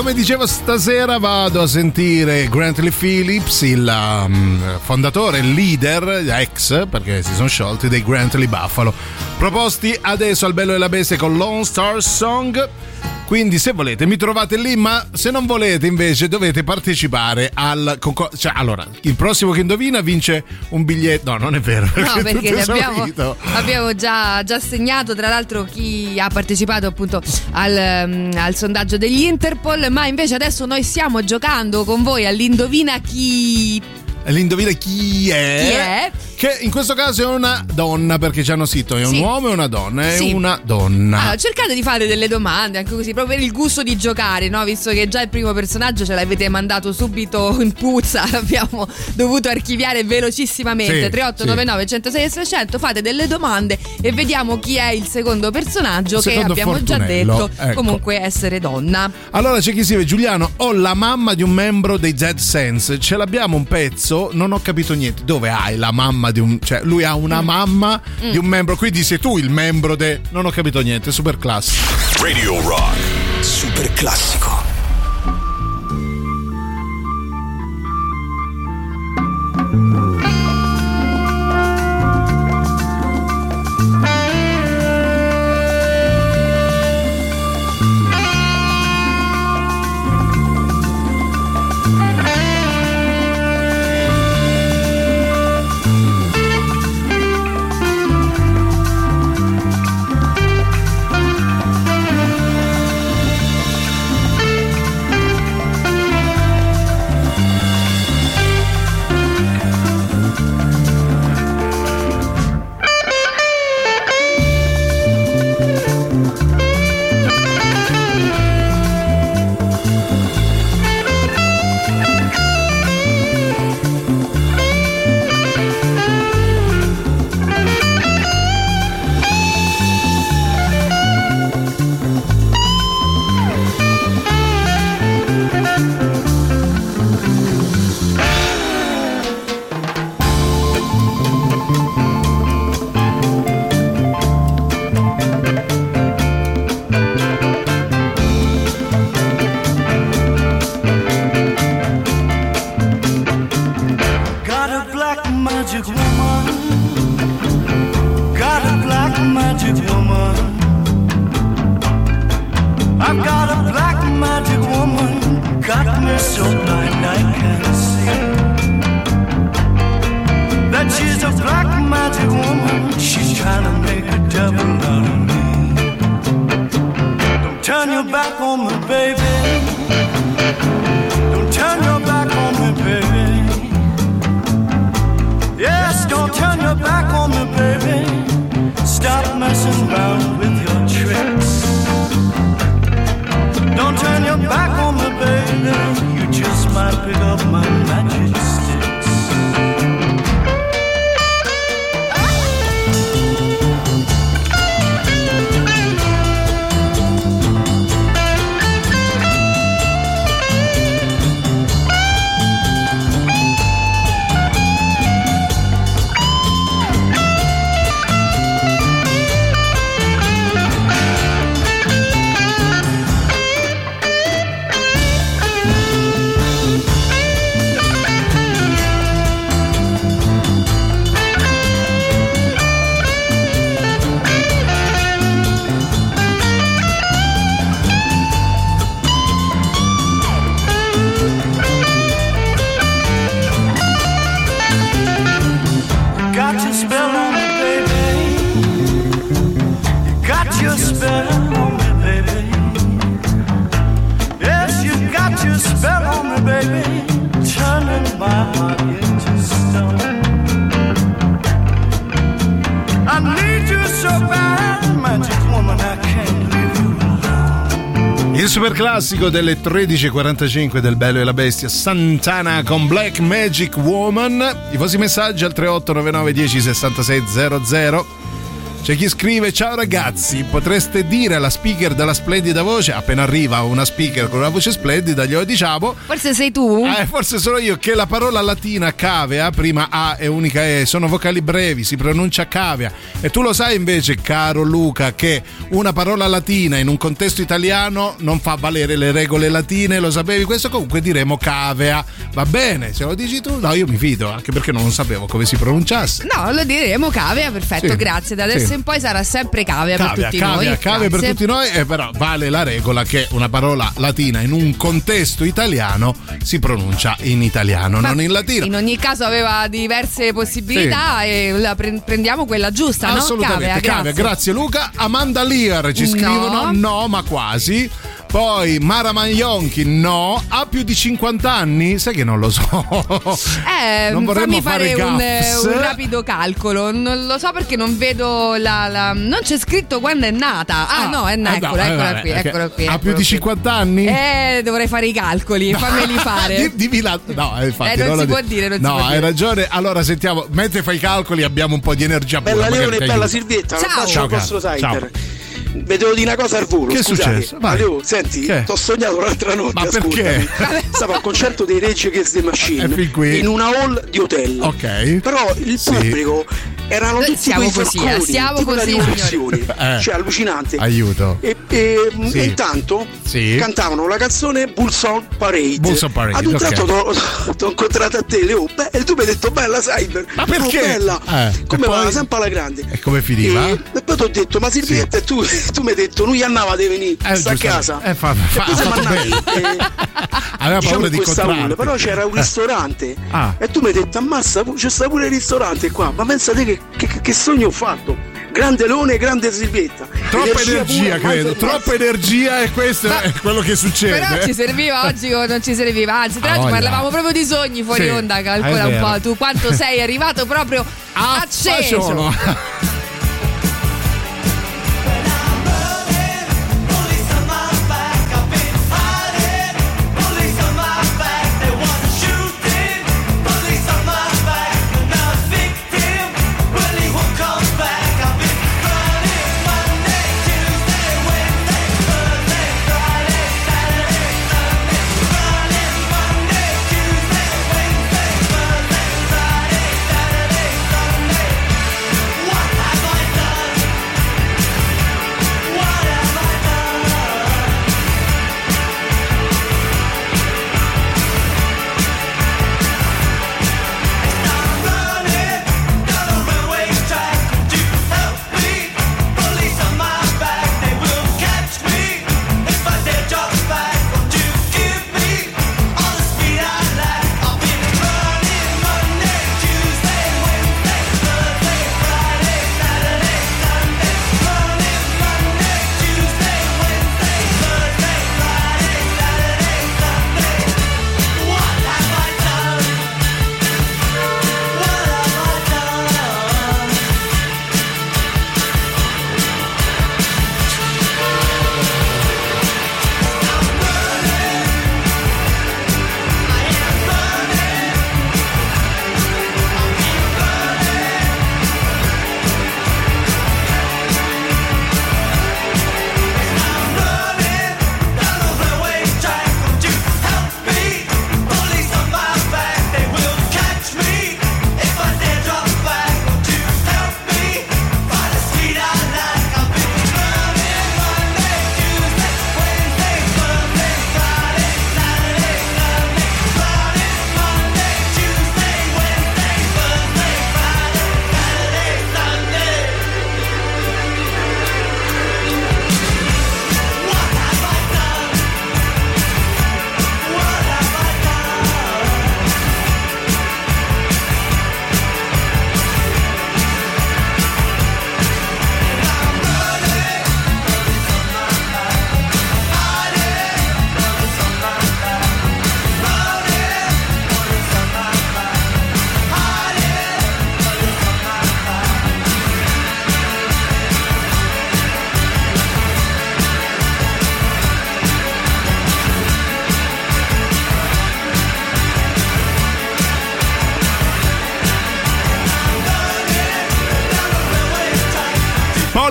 come dicevo, stasera vado a sentire Grant Lee Phillips, il um, fondatore, il leader, ex, perché si sono sciolti, dei Grant Lee Buffalo, proposti adesso al Bello e la Bestia con Lone Star Song. Quindi se volete mi trovate lì, ma se non volete invece dovete partecipare al concor- cioè allora il prossimo che indovina vince un biglietto. No, non è vero, perché no, perché è abbiamo, abbiamo già, già segnato tra l'altro chi ha partecipato appunto al, um, al sondaggio degli Interpol, ma invece adesso noi stiamo giocando con voi all'indovina chi. L'indovina chi è? Chi è? Che in questo caso è una donna, perché ci hanno scritto è un sì. uomo e una donna, è sì. una donna. Allora, cercate di fare delle domande anche così, proprio per il gusto di giocare, no? Visto che già il primo personaggio ce l'avete mandato subito in puzza, l'abbiamo dovuto archiviare velocissimamente. Sì, tre otto nove nove uno zero sei sei zero zero, fate delle domande e vediamo chi è il secondo personaggio, il che secondo abbiamo già Fortunello. detto, Ecco. comunque essere donna. Allora c'è chi scrive: Giuliano, ho la mamma di un membro dei Zed Sense, ce l'abbiamo un pezzo, non ho capito niente. Dove hai la mamma di un, cioè lui ha una mm. mamma mm. di un membro, quindi sei tu il membro de, non ho capito niente. Super classico. Radio Rock. Super classico. Il super classico delle tredici e quarantacinque del Bello e la Bestia, Santana con Black Magic Woman. I vostri messaggi al tre otto nove nove uno zero sei sei zero zero. C'è chi scrive: ciao ragazzi, potreste dire alla speaker della splendida voce, appena arriva una speaker con una voce splendida glielo diciamo, forse sei tu? Eh, forse sono io, che la parola latina cavea, prima A e unica E, sono vocali brevi, si pronuncia cavea. E tu lo sai invece, caro Luca, che una parola latina in un contesto italiano non fa valere le regole latine, lo sapevi questo? Comunque diremo cavea, va bene, se lo dici tu, no, io mi fido, anche perché non sapevo come si pronunciasse. No, lo diremo cavea, perfetto, Sì, grazie, da adesso sì. in poi sarà sempre cavea, per tutti cavea, noi. cavea per Grazie. tutti noi, e però vale la regola che una parola latina in un contesto italiano si pronuncia in italiano, Ma non in latino. In ogni caso aveva diverse possibilità e la pre- prendiamo quella giusta, no? Assolutamente, Cavea, cavea, grazie. grazie Luca. Amanda Lear ci No. scrivono no, ma quasi. Poi Mara Maglionchi no, ha più di cinquanta anni? Sai che non lo so. Eh, non vorremmo fammi fare, fare un, gaffes. un rapido calcolo. Non lo so perché non vedo la, la- non c'è scritto quando è nata. Ah, no, è eh, nata. no, Eccola, eh, eccola vabbè, qui, perché eccola qui. ha eccola più di qui. cinquanta anni? Eh, dovrei fare i calcoli, fammeli fare. Di- Dimmi la... No, eh, infatti, Eh, non lo si di- può dire, non si no, può hai dire. ragione. Allora sentiamo, mentre fai i calcoli abbiamo un po' di energia pura. Bella magari Leone e ti bella aiuta. Silvietta, non Ciao. faccio Ciao, il vostro cara. Tiger. Vedevo di una cosa al volo, Che è scusate. successo? Vai. Leo, senti, Che? t'ho sognato l'altra notte. Ma perché? ascoltami. Stavo al concerto dei Rage Against the Machine È fin qui. in una hall di hotel. Ok. Però il Sì. pubblico erano Noi tutti siamo quei così, forconi, eh, siamo tipo da così, rivoluzioni. Eh. Cioè, allucinante. Aiuto. E, e, Sì. e intanto Sì. cantavano la canzone Bullsong Parade. Bullsong Parade, Ad un ok. tratto t'ho, t'ho incontrato a te, Leo. Beh, e tu mi hai detto bella Cyber. Ma perché? Oh, bella. Eh, e Come poi? va? Sempre alla grande. E come finiva? E, e poi ti ho detto, ma Silvietta, e tu, tu mi hai detto, noi andava di venire Eh, sta a giustamente. casa. Eh, fa- fa- e poi siamo ha fatto andati. bene. eh, Aveva diciamo paura in di questa hall, incontrarti. però c'era un ristorante. Ah. E tu mi hai detto, ammazza, c'è sta pure il ristorante qua. Ma pensate che, che, che sogno ho fatto. Grande Leone e grande Silvietta. Troppa energia, pura, mai credo, fermarsi. troppa energia e questo Ma- è quello che succede. Però ci serviva oggi o non ci serviva? Anzi, tra Ah, l'altro voglia. parlavamo proprio di sogni fuori Sì, onda. è Calcola un vero. po' tu quanto sei arrivato proprio Ah, acceso. facciolo. What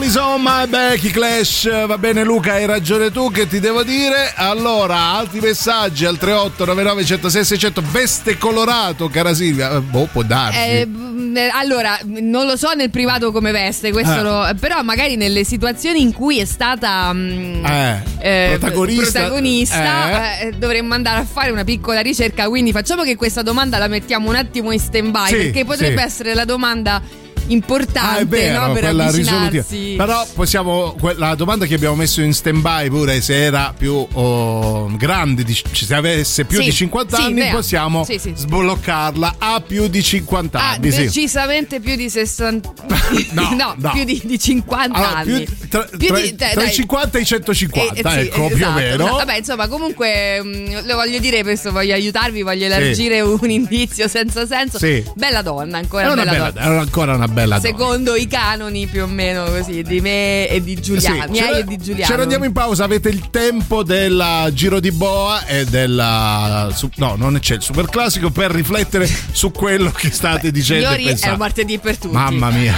Is on my back, i Clash. Va bene Luca, hai ragione tu, che ti devo dire. Allora, altri messaggi al tre otto nove nove uno zero sei sei zero zero. Veste colorato, cara Silvia. Boh, può darsi. Eh, allora, non lo so nel privato come veste, questo Eh. lo- però magari nelle situazioni in cui è stata mh, Eh, eh, protagonista. protagonista, Eh. eh, dovremmo andare a fare una piccola ricerca. Quindi facciamo che questa domanda la mettiamo un attimo in stand by, Sì, perché potrebbe sì. essere la domanda importante, Ah, è vero, no? Per quella avvicinarsi. risolutiva. Però possiamo, que- la domanda che abbiamo messo in stand by pure, se era più oh, grande, di- se avesse più Sì, di cinquanta sì, anni, vea. possiamo Sì, sì. sbloccarla a più di cinquanta Ah, anni. Sì. decisamente più di sessanta. No, no. più di, di cinquanta Allora, anni. più- tra, Più tra- di- dai, tra i dai. cinquanta e i centocinquanta, Eh, eh, sì, ecco, più esatto, o meno. esatto. Vabbè, insomma, comunque mh, lo voglio dire questo, voglio aiutarvi, voglio Sì. elargire un indizio senza senso. Sì. Bella donna, ancora È una bella, bella, donna. è ancora una bella donna. Secondo i canoni più o meno così di me e di Giuliano, Sì, miei ce- e di Giuliano. Ce ne andiamo in pausa, avete il tempo del giro di boa e della su- no, non c'è il super classico per riflettere su quello che state dicendo Signori, e è pensando. un martedì per tutti. Mamma mia.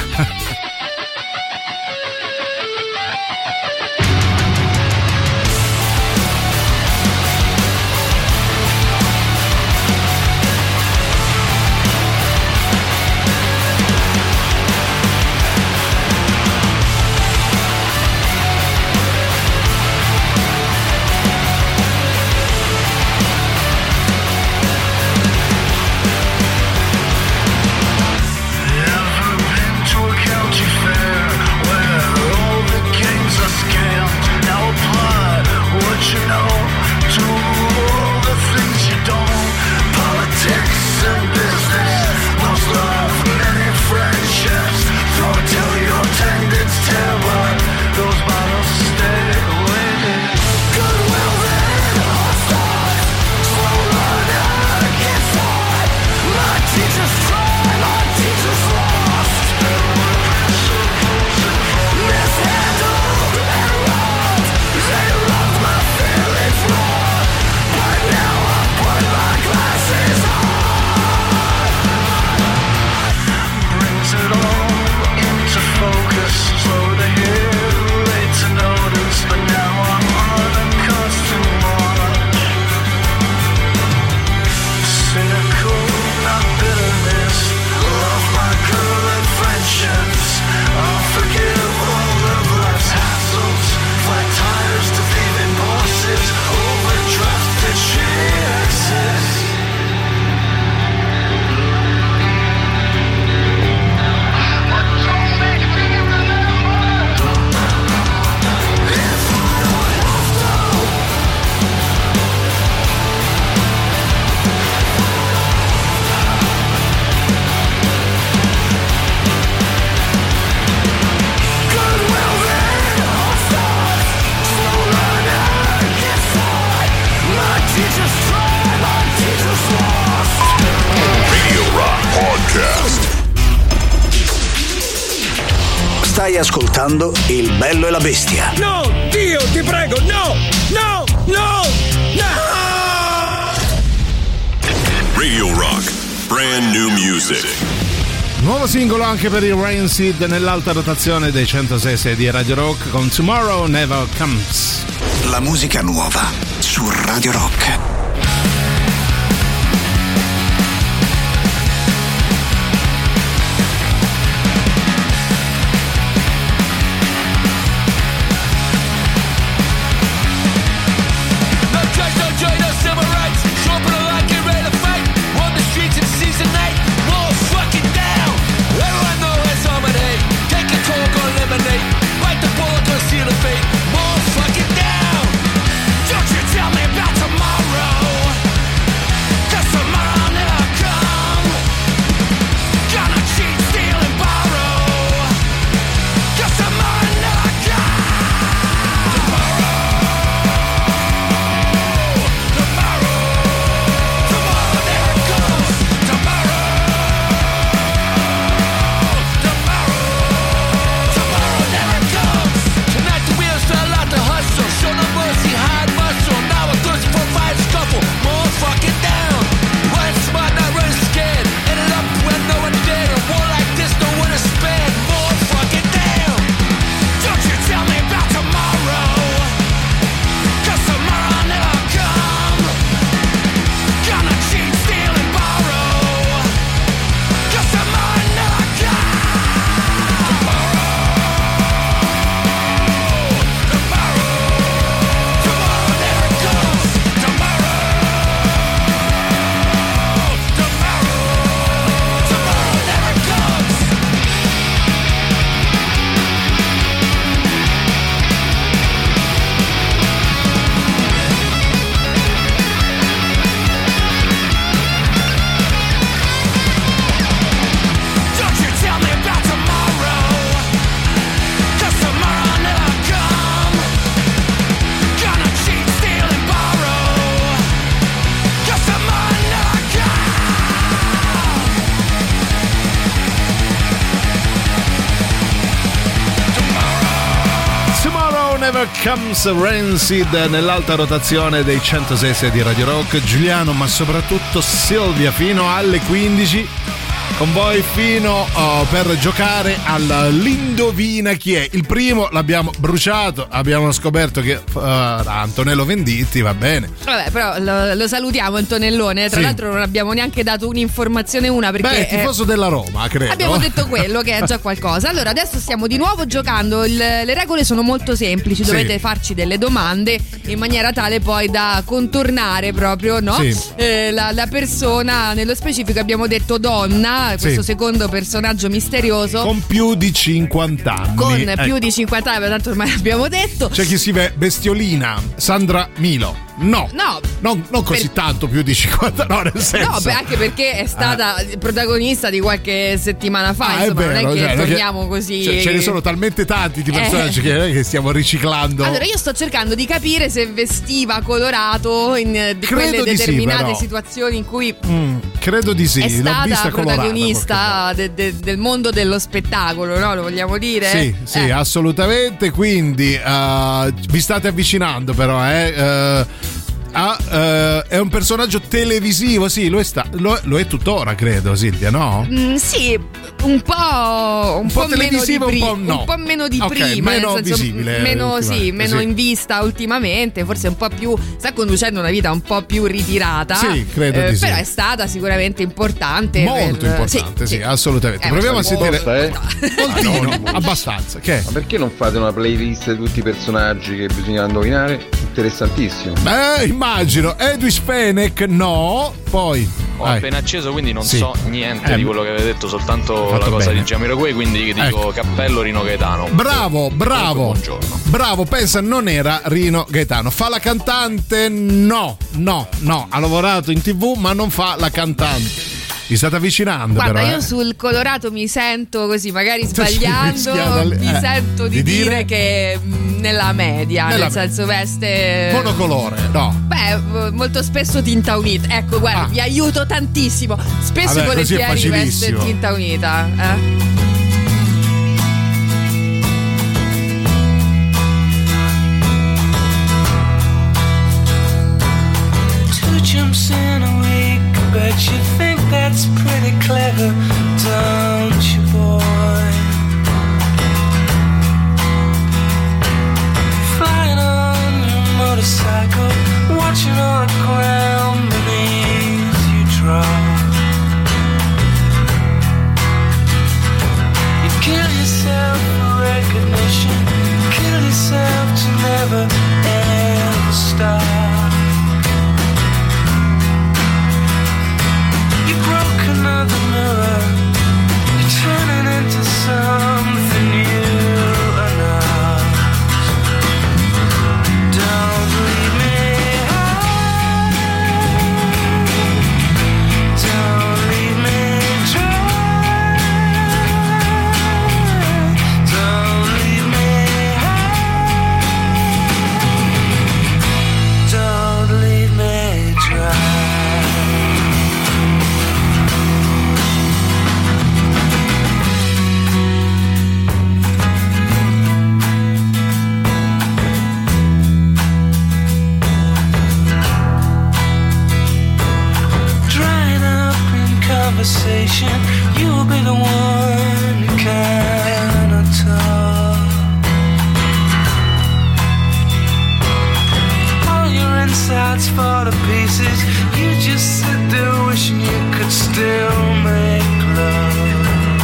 Stai ascoltando Il Bello e la Bestia. No, Dio, ti prego, no, no, no, no! Radio Rock, brand new music. Nuovo singolo anche per il Rancid nell'alta rotazione dei centosei sei di Radio Rock con Tomorrow Never Comes. La musica nuova su Radio Rock. No drugs, no joy, no civil rights. Show up in a line, get ready to fight. On the streets in season night, more fucking down. Everyone knows it's dominate. Take a talk on lemonade. Bite the bullet, conceal the fate. More fucking down. Don't you tell me about tomorrow. Here Comes Rancid nell'alta rotazione dei centosei di Radio Rock. Giuliano, ma soprattutto Silvia, fino alle quindici con voi fino uh, per giocare all'Indovina chi è. Il primo l'abbiamo bruciato, abbiamo scoperto che uh, Antonello Venditti, va bene. Vabbè, però lo, lo salutiamo Antonellone, tra sì. l'altro non abbiamo neanche dato un'informazione una perché Beh, è tifoso eh, della Roma, credo. Abbiamo detto quello che è già qualcosa. Allora adesso stiamo di nuovo giocando. Il, le regole sono molto semplici, dovete sì. farci delle domande in maniera tale poi da contornare proprio, no? Sì. Eh, la, la persona, nello specifico abbiamo detto donna, questo sì. secondo personaggio misterioso con più di cinquanta anni, con ecco. più di cinquanta anni, tanto ormai l'abbiamo detto. C'è chi si vede Bestiolina, Sandra Milo. No, no, non, non così per... tanto più di cinquanta, no, nel senso. No, beh, anche perché è stata ah. protagonista di qualche settimana fa, ah, insomma, vero, non è che cioè, torniamo che... così. Cioè, ce ne sono talmente tanti di personaggi eh. che, che stiamo riciclando. Allora, io sto cercando di capire se vestiva colorato in di quelle di determinate sì, situazioni in cui mm, credo di sì. È stata vista protagonista de, de, del mondo dello spettacolo, no? Lo vogliamo dire? Sì, sì, eh. assolutamente. Quindi uh, vi state avvicinando, però, eh. Uh, Ah, uh, è un personaggio televisivo, sì, lo è, sta- lo, lo è tuttora, credo, Silvia, no? Mm, sì, un po', un, un po', po' televisivo, meno di pri- un, po no. un po' meno di okay, prima, meno nel senso, visibile, meno, sì, meno sì. in vista ultimamente, forse un po' più, sta conducendo una vita un po' più ritirata. Sì, credo eh, di però sì. è stata sicuramente importante. Molto per... importante, sì, sì, sì, assolutamente. Eh, Proviamo a sentire. Eh? Moltino, abbastanza. Che? Ma perché non fate una playlist di tutti i personaggi che bisogna indovinare? Interessantissimo. Beh, immagino. Edwis Fenech, no. Poi ho vai. appena acceso, quindi non sì. so niente eh, di quello che avete detto, soltanto la cosa bene. di Jamiroquai, quindi dico ecco. Cappello Rino Gaetano. Bravo, bravo. Buongiorno. Bravo, pensa, non era Rino Gaetano. Fa la cantante? No, no, no. Ha lavorato in tivù, ma non fa la cantante. Vi state avvicinando. Guarda, però, io eh. sul colorato mi sento così, magari sbagliando, mi eh, sento di, di dire, dire che nella media, nella nel senso veste monocolore, no. Beh, molto spesso tinta unita. Ecco, guarda, ah. vi aiuto tantissimo. Spesso Vabbè, volentieri veste tinta unita, eh. Two jumps in a week, but you think that's pretty clever, don't you, boy? Flying on your motorcycle, watching all the ground beneath you drop. You kill yourself for recognition, kill yourself to never ever stop. Another mirror, you're turning into something new enough. Don't leave me high, don't leave me dry, don't leave me high, don't leave me dry. Conversation, you'll be the one who cannot talk. All your insides fall to pieces. You just sit there wishing you could still make love.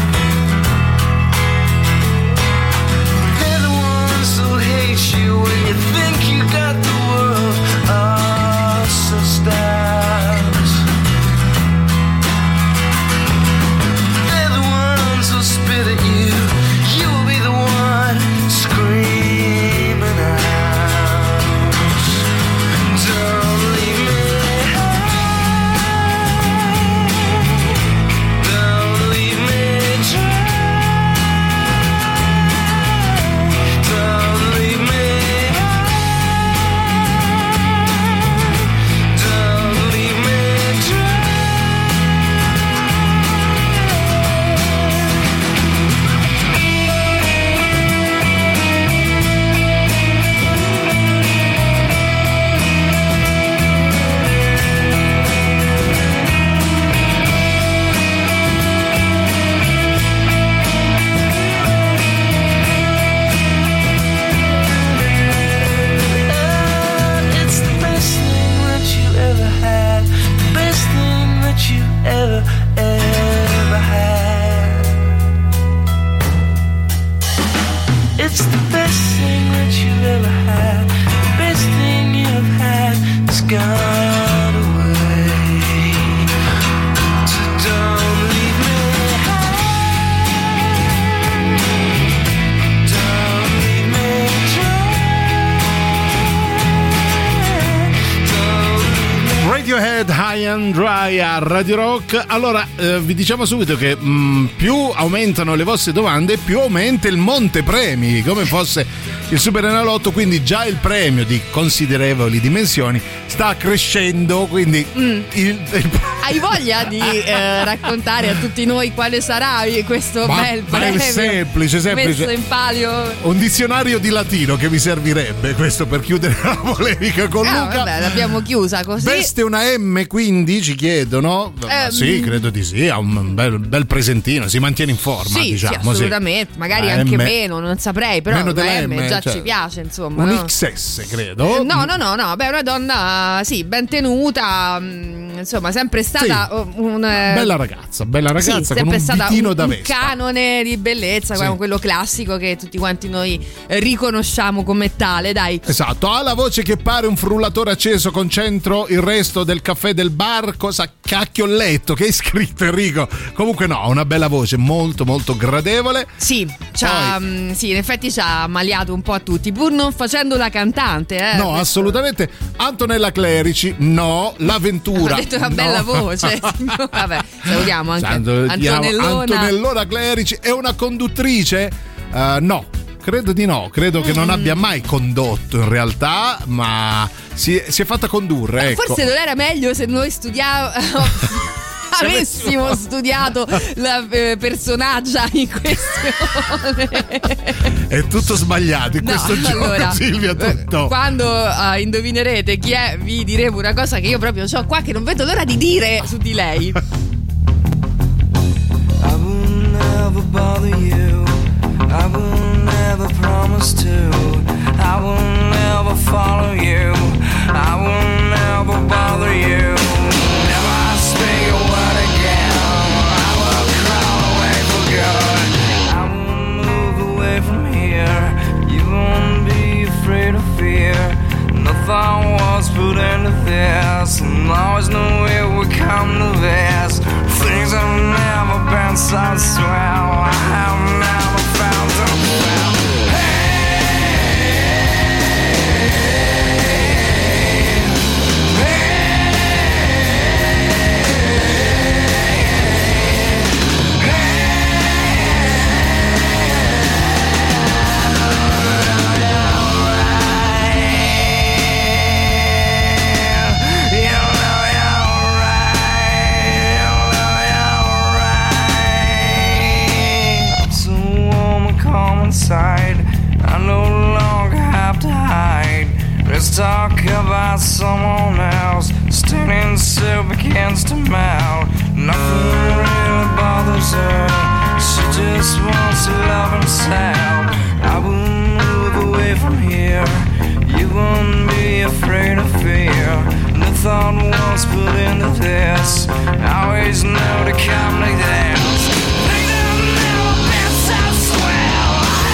They're the ones who hate you when you think you got the world all so stacked. Spit at you, you'll be the one screaming out. Don't leave me high, Run Dry a Radio Rock. Allora eh, vi diciamo subito che mh, più aumentano le vostre domande, più aumenta il montepremi, come fosse il Super Enalotto, quindi già il premio di considerevoli dimensioni sta crescendo, quindi Mm. il, il... Hai voglia di eh, raccontare a tutti noi quale sarà questo Ma- bel ma è premio semplice, semplice. messo in palio? Un dizionario di latino che vi servirebbe, questo per chiudere la polemica con Ah, Luca. vabbè, l'abbiamo chiusa così. Veste una M, quindi ci chiedono? Ma Ehm, sì, credo di sì, ha un bel, bel presentino, si mantiene in forma, Sì, diciamo. sì, assolutamente, magari La anche M- meno, non saprei, però Meno una della M M, già cioè, ci piace, insomma. Un no? X S, credo. Eh, No, no, no, no, beh, una donna, sì, ben tenuta, mh, insomma, sempre stata Sì. uh, un... eh, Bella ragazza, bella ragazza sì, con sempre un stata ditino un, da un Vespa. canone di bellezza, Sì. quello classico che tutti quanti noi eh, riconosciamo come tale, dai. Esatto, ha la voce che pare un frullatore acceso con centro il resto del caffè del bar. Cosa cacchio ho letto? Che hai scritto, Enrico? Comunque no, ha una bella voce, molto molto gradevole. Sì, c'ha, mh, sì, in effetti ci ha maliato un po' a tutti, pur non facendo la cantante. Eh, No, assolutamente. Antonella Clerici, no. L'avventura. Ha detto una no. bella voce. Vabbè, salutiamo anche Santo- Antonellona. Antonellona Clerici è una conduttrice? Eh, no. Credo di no, credo che non abbia mai condotto in realtà, ma si è, si è fatta condurre. Ecco. Forse non era meglio se noi studiavamo. Avessimo studiato la eh, personaggia in questione. È tutto sbagliato in No, questo gioco, allora, Silvia, tutto. Quando uh, indovinerete chi è, vi diremo una cosa che io proprio ho qua, che non vedo l'ora di dire su di lei. I will never bother you. I will never promise to. I will never follow you. I will never bother you. Never speak a word again. I will crawl away for good. I will move away from here. You won't be afraid of fear. Nothing was put into this, and always knew it would come to this. Things have never been so swell. I have never found them well. Side. I no longer have to hide. Let's talk about someone else. Standing still begins to melt. Nothing really bothers her. She just wants to love herself. I will move away from here. You won't be afraid of fear. No thought was put into this. I always know to come like this. Things have never been so swell.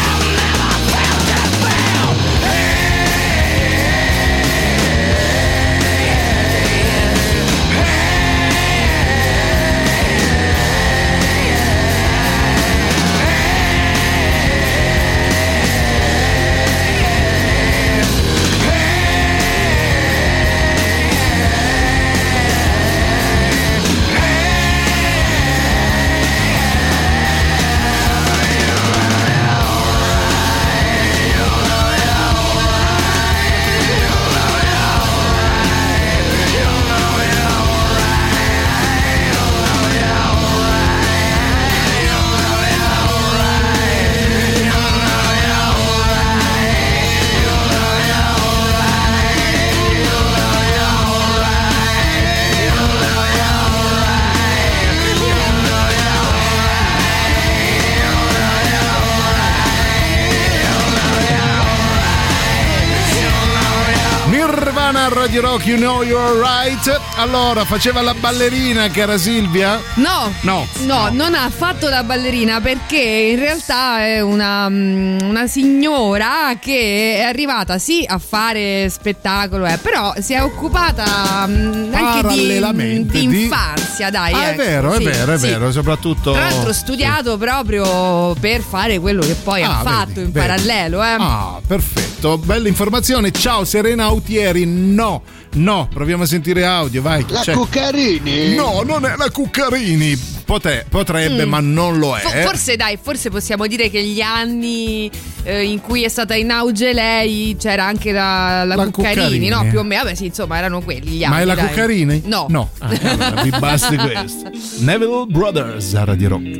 Nirvana, Radio Rock, You Know You're Right. Allora, faceva la ballerina, cara Silvia? No, No. no, non ha fatto la ballerina, perché in realtà è una, mm, una signora che è arrivata sì a fare spettacolo, eh, però si è occupata mm, anche di, Parallelamente di di- infanzia. modestia, dai. Ah, è ecco. vero, Sì, è vero, è sì. vero, soprattutto. Tra l'altro ho studiato proprio per fare quello che poi Ah, ha fatto vedi, in vedi. parallelo, eh. Ah, perfetto, bella informazione. Ciao Serena Autieri. No, no, proviamo a sentire audio, vai. La c'è? Cuccarini? No, non è la Cuccarini. Pote- potrebbe, Mm. ma non lo è. Fo- forse dai, forse possiamo dire che gli anni eh, in cui è stata in auge lei c'era anche la, la, La Cuccarini, Cuccarini. no? Più o meno, vabbè sì, insomma erano quelli gli anni. Ma è la dai. Cuccarini? No. No. Ah, allora, vi basti questo. Neville Brothers a Radio Rock.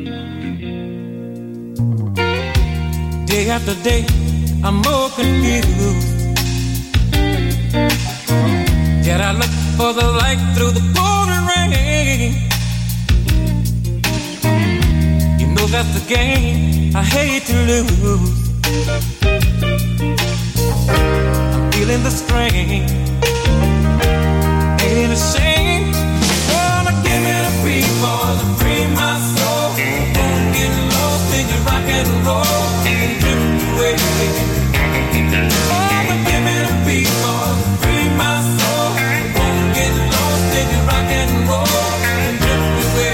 Day after day, I'm more confused. Yet I look for the light through the pouring rain. You know that's the game I hate to lose. I'm feeling the strain. Ain't it a shame? Wanna give it a beat for to free my soul. Won't get lost in your rock and roll and drift away. Wanna give it a beat for to free my soul. Won't get lost in your rock and roll and drift away.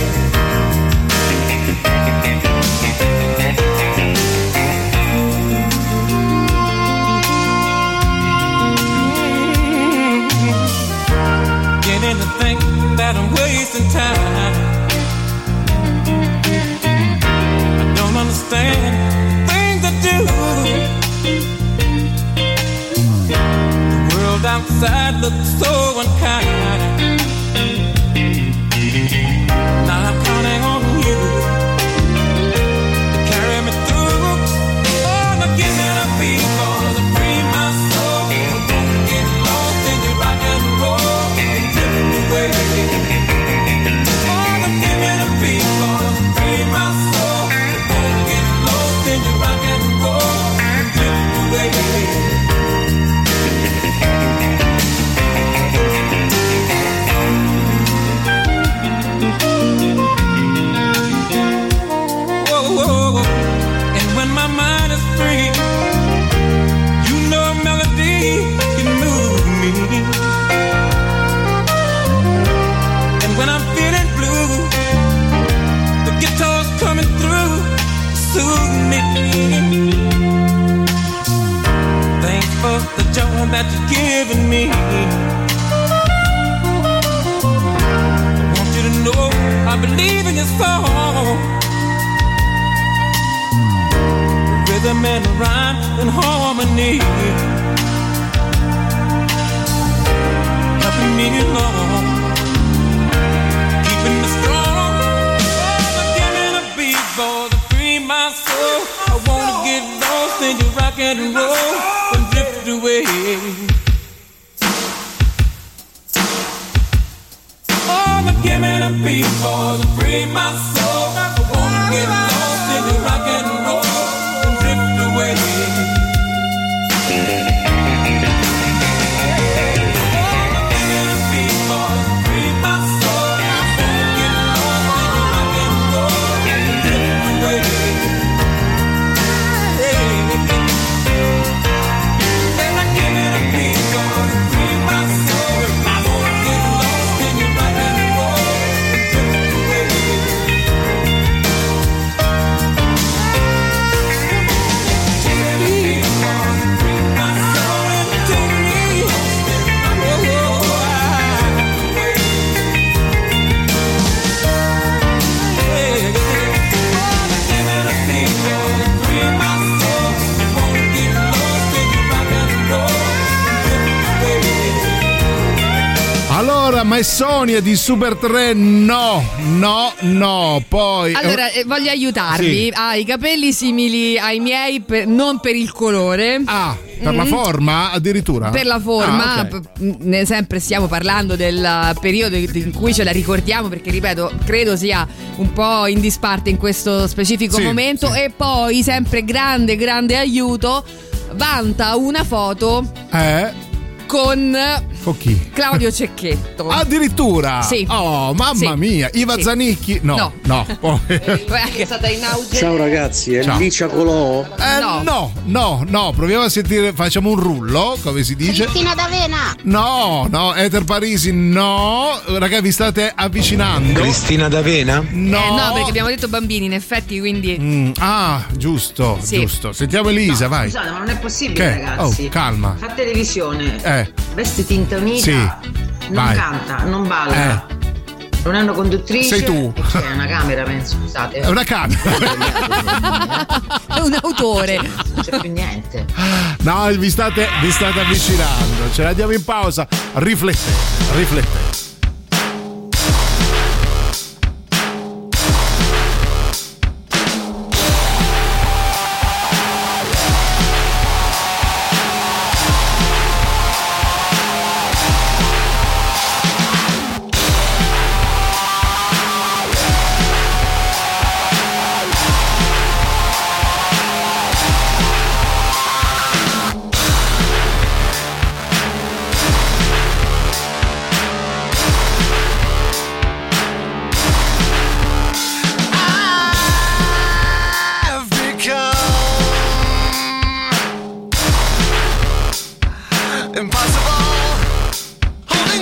Beginning to think that I'm wasting time. I don't understand things I do. The world outside looks so unkind. Now I'm counting on you to carry me through. Oh, now give me a beat for to free my soul. Don't get lost in your rock and roll and drift away. Oh, now give me a beat for to free my soul. Don't get lost in your rock and roll and drift away. Whoa, and when my mind is free, you know a melody can move me. And when I'm feeling blue, the guitar's coming through, soothe me. Thanks for the joy that you're giving me. I want you to know I believe in your song. Rhythm and rhyme and harmony, helping me along, keeping me strong. Oh, giving a beat for to free my soul. I wanna get lost in your rock and roll and drift away. Oh, give me a beat for to free my soul. I wanna get lost in your rock and roll. Away. Allora, ma è Sonia di Super tre? No, no, no. Poi Allora, eh, voglio aiutarvi. Sì. Ha i capelli simili ai miei, per- non per il colore. Ah, per la Mm. forma addirittura? Per la forma, Ah, ok. p- ne sempre stiamo parlando del periodo in cui ce la ricordiamo, perché ripeto, credo sia un po' in disparte in questo specifico Sì, momento. sì. E poi, sempre grande, grande aiuto, vanta una foto Eh? con, Con chi? Claudio Cecchetto. Addirittura? Sì. Oh, mamma Sì. mia. Iva Sì. Zanicchi? No, No. no. Oh. È stata in auge. Ciao ragazzi, è Ciao. Licia Colò. Eh, No. no, no, no, proviamo a sentire, facciamo un rullo, come si dice. Cristina D'Avena. No, no, Ether Parisi, no. Raga, vi state avvicinando. Cristina D'Avena? No. Eh, no, perché abbiamo detto bambini, in effetti, quindi. Mm, ah, giusto, Sì. giusto. Sentiamo Elisa, vai. Scusate, ma non è possibile, Che? ragazzi. Oh, calma. Fa televisione, Eh. veste tinta unita, Sì. non Vai. canta, non balla. Non è una conduttrice. Sei tu. E c'è una camera, penso, scusate. È una camera. È un autore. Non c'è più niente. No, vi state, vi state avvicinando. Ce la diamo in pausa. Riflettete, riflettete. I've become impossible, holding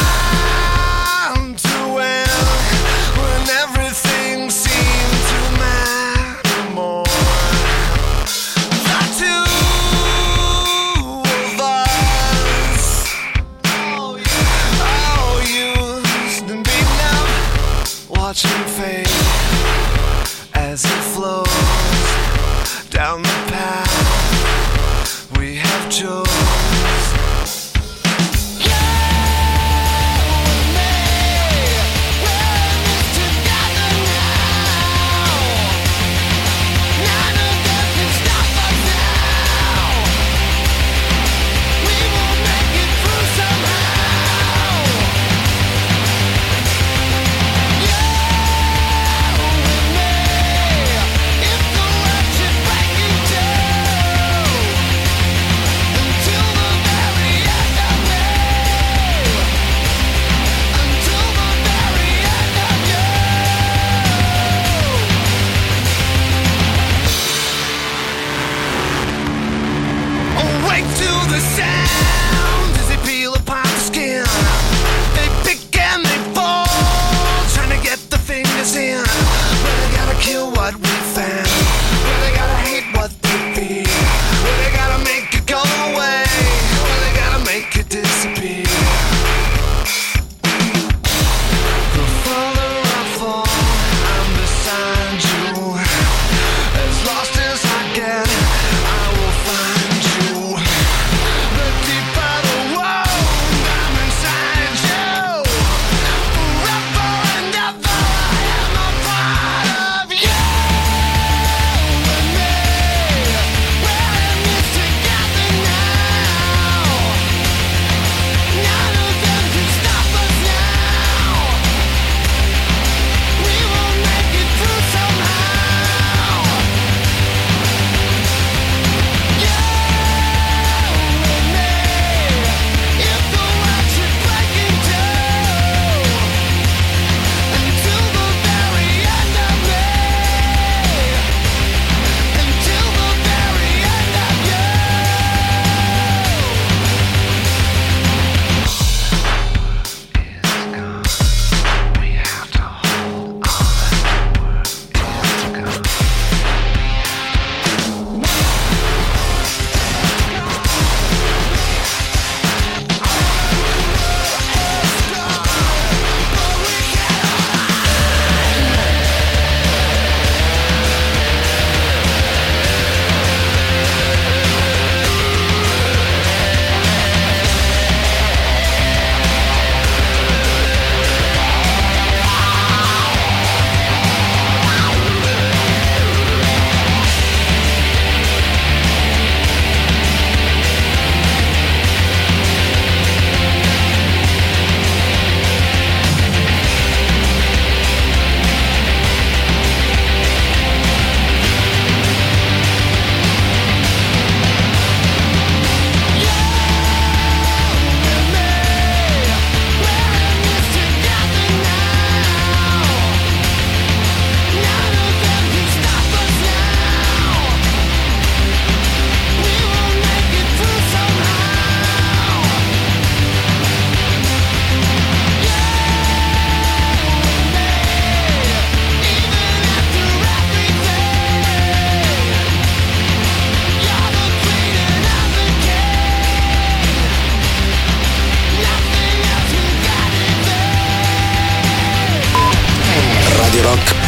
on to when, when everything seemed to matter more. The two of us, all used and beaten up, watching fade as it flows down the path we have chosen. Till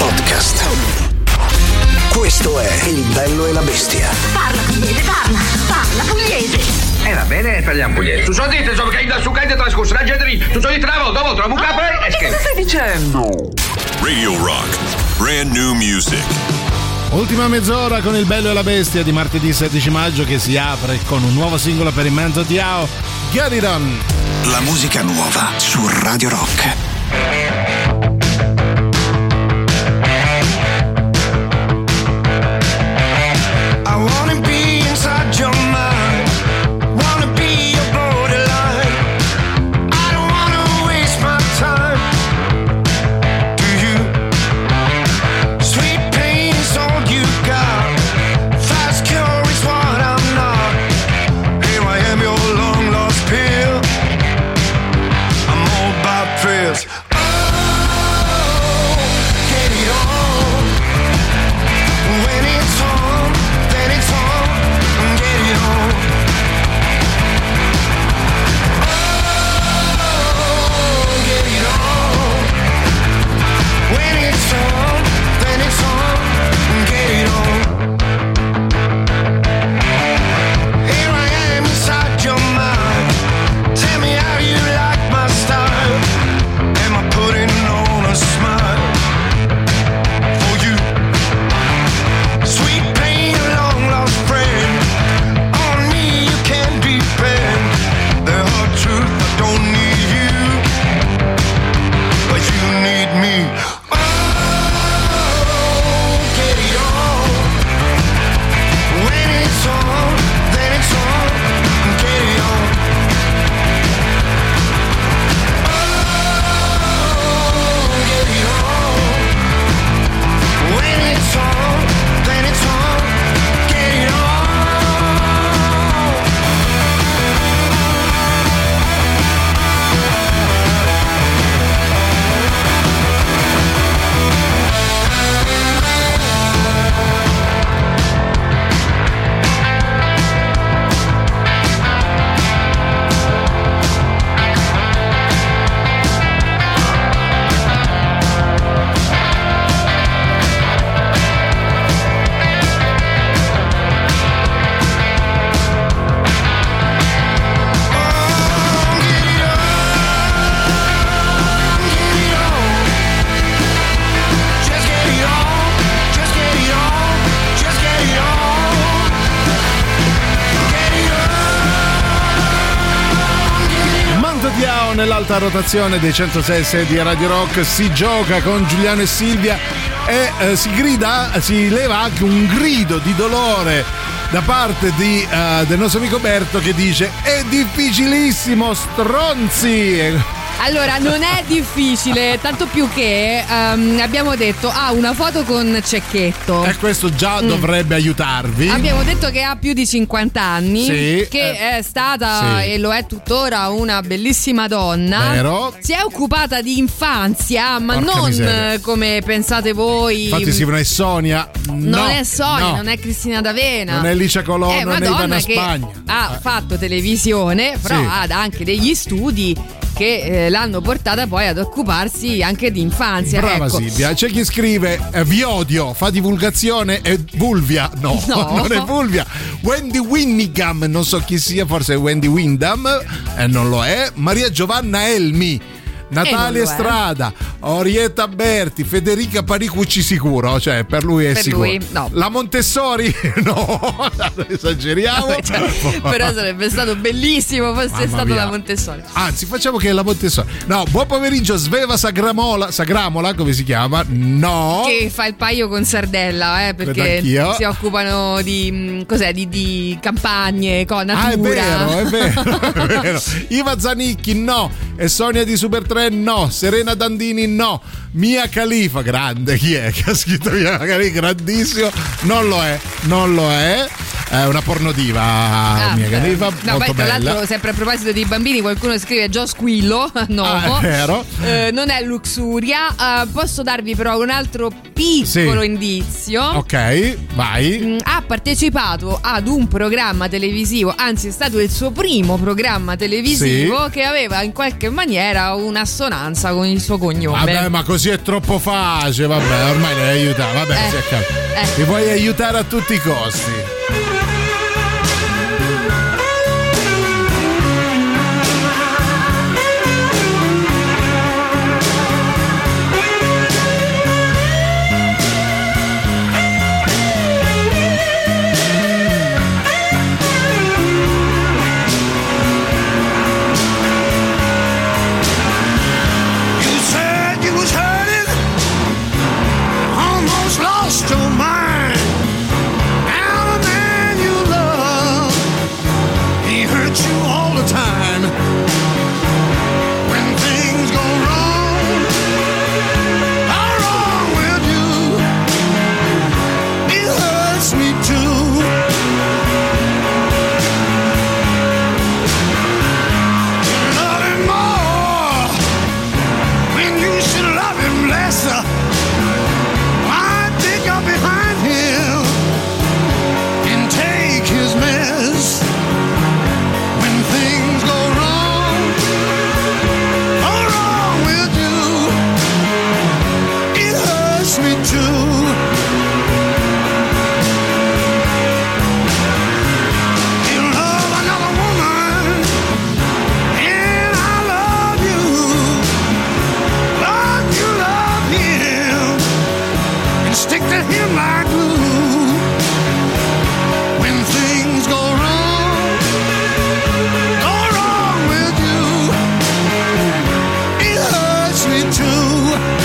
Podcast. Questo è Il bello e la bestia. Parla pugliese, parla, parla pugliese. Eh va bene, parliamo pugliese. Tu so dite, insomma, che da su che hai trascorso la gente lì. Tu so dite, dopo, dopo, trovo un capo e che cosa stai dicendo? Radio Rock, brand new music. Ultima mezz'ora con Il bello e la bestia di martedì sedici maggio, che si apre con un nuovo singolo per il Manzo Diao, Get It On. La musica nuova su Radio Rock. I wanna be inside your mind, wanna be your borderline. I don't wanna waste my time. Do you? Sweet pain is all you got. Fast cure is what I'm not. Here I am, your long lost pill. I'm all about thrills. Nell'alta rotazione dei centosei e sei di Radio Rock si gioca con Giuliano e Silvia e eh, si grida, si leva anche un grido di dolore da parte di, uh, del nostro amico Berto, che dice: è difficilissimo, stronzi. Allora, non è difficile, tanto più che um, abbiamo detto ha ah, una foto con Cecchetto. E questo già mm. dovrebbe aiutarvi. Abbiamo detto che ha più di cinquanta anni, sì, che eh, è stata sì. e lo è tuttora una bellissima donna. Vero. Si è occupata di infanzia, ma Porca non miseria. Come pensate voi. Infatti si è Sonia. No, non è Sonia, no. non è Cristina D'Avena, non è Licia Colonna, è non è Ivana Spagna. Ha eh. fatto televisione, però sì. ha anche degli studi che eh, l'hanno portata poi ad occuparsi anche di infanzia. Brava ecco. Silvia. C'è chi scrive eh, vi odio, fa divulgazione e Vulvia. No, no, non è Vulvia. Wendy Winningham, non so chi sia, forse è Wendy Windham, eh, non lo è. Maria Giovanna Elmi, Natalia Strada, Orietta Berti, Federica Paricucci sicuro, cioè per lui è per sicuro. Lui, no. La Montessori no, esageriamo. No, cioè, però sarebbe stato bellissimo fosse Mamma stato mia. la Montessori. Anzi, facciamo che è la Montessori. No, buon pomeriggio Sveva Sagramola, Sagramola come si chiama? No. Che fa il paio con Sardella, eh, perché si occupano di cos'è, di, di campagne, con natura. Ah, è vero, è vero, è vero. Iva Zanicchi no, e Sonia di Super tre no, Serena Dandini no, Mia Khalifa grande, chi è che ha scritto Mia Khalifa? Grandissimo, non lo è, non lo è. È una pornodiva Ah, mia che beh. ne fa No, molto poi tra bella. l'altro, sempre a proposito dei bambini, qualcuno scrive Gio Squillo a Novo. Ah, è vero. Eh, non è Luxuria. Eh, posso darvi però un altro piccolo Sì. indizio. Ok, vai. Mm, Ha partecipato ad un programma televisivo, anzi è stato il suo primo programma televisivo Sì. che aveva in qualche maniera un'assonanza con il suo cognome. Vabbè, ma così è troppo facile, vabbè, ormai le aiuta. Vabbè, Eh, si è capito. eh. Mi vuoi aiutare a tutti i costi. You said you was hurting, almost lost your mind. Now the man you love, he hurts you all the time. When things go wrong, are wrong with you, it hurts me too. You love him more when you should love him less. Why dig up behind him and take his mess? When things go wrong, go wrong with you, it hurts me too. You love another woman, and I love you. But you love him and stick to him like glue. When things go wrong, go wrong with you, it hurts me too.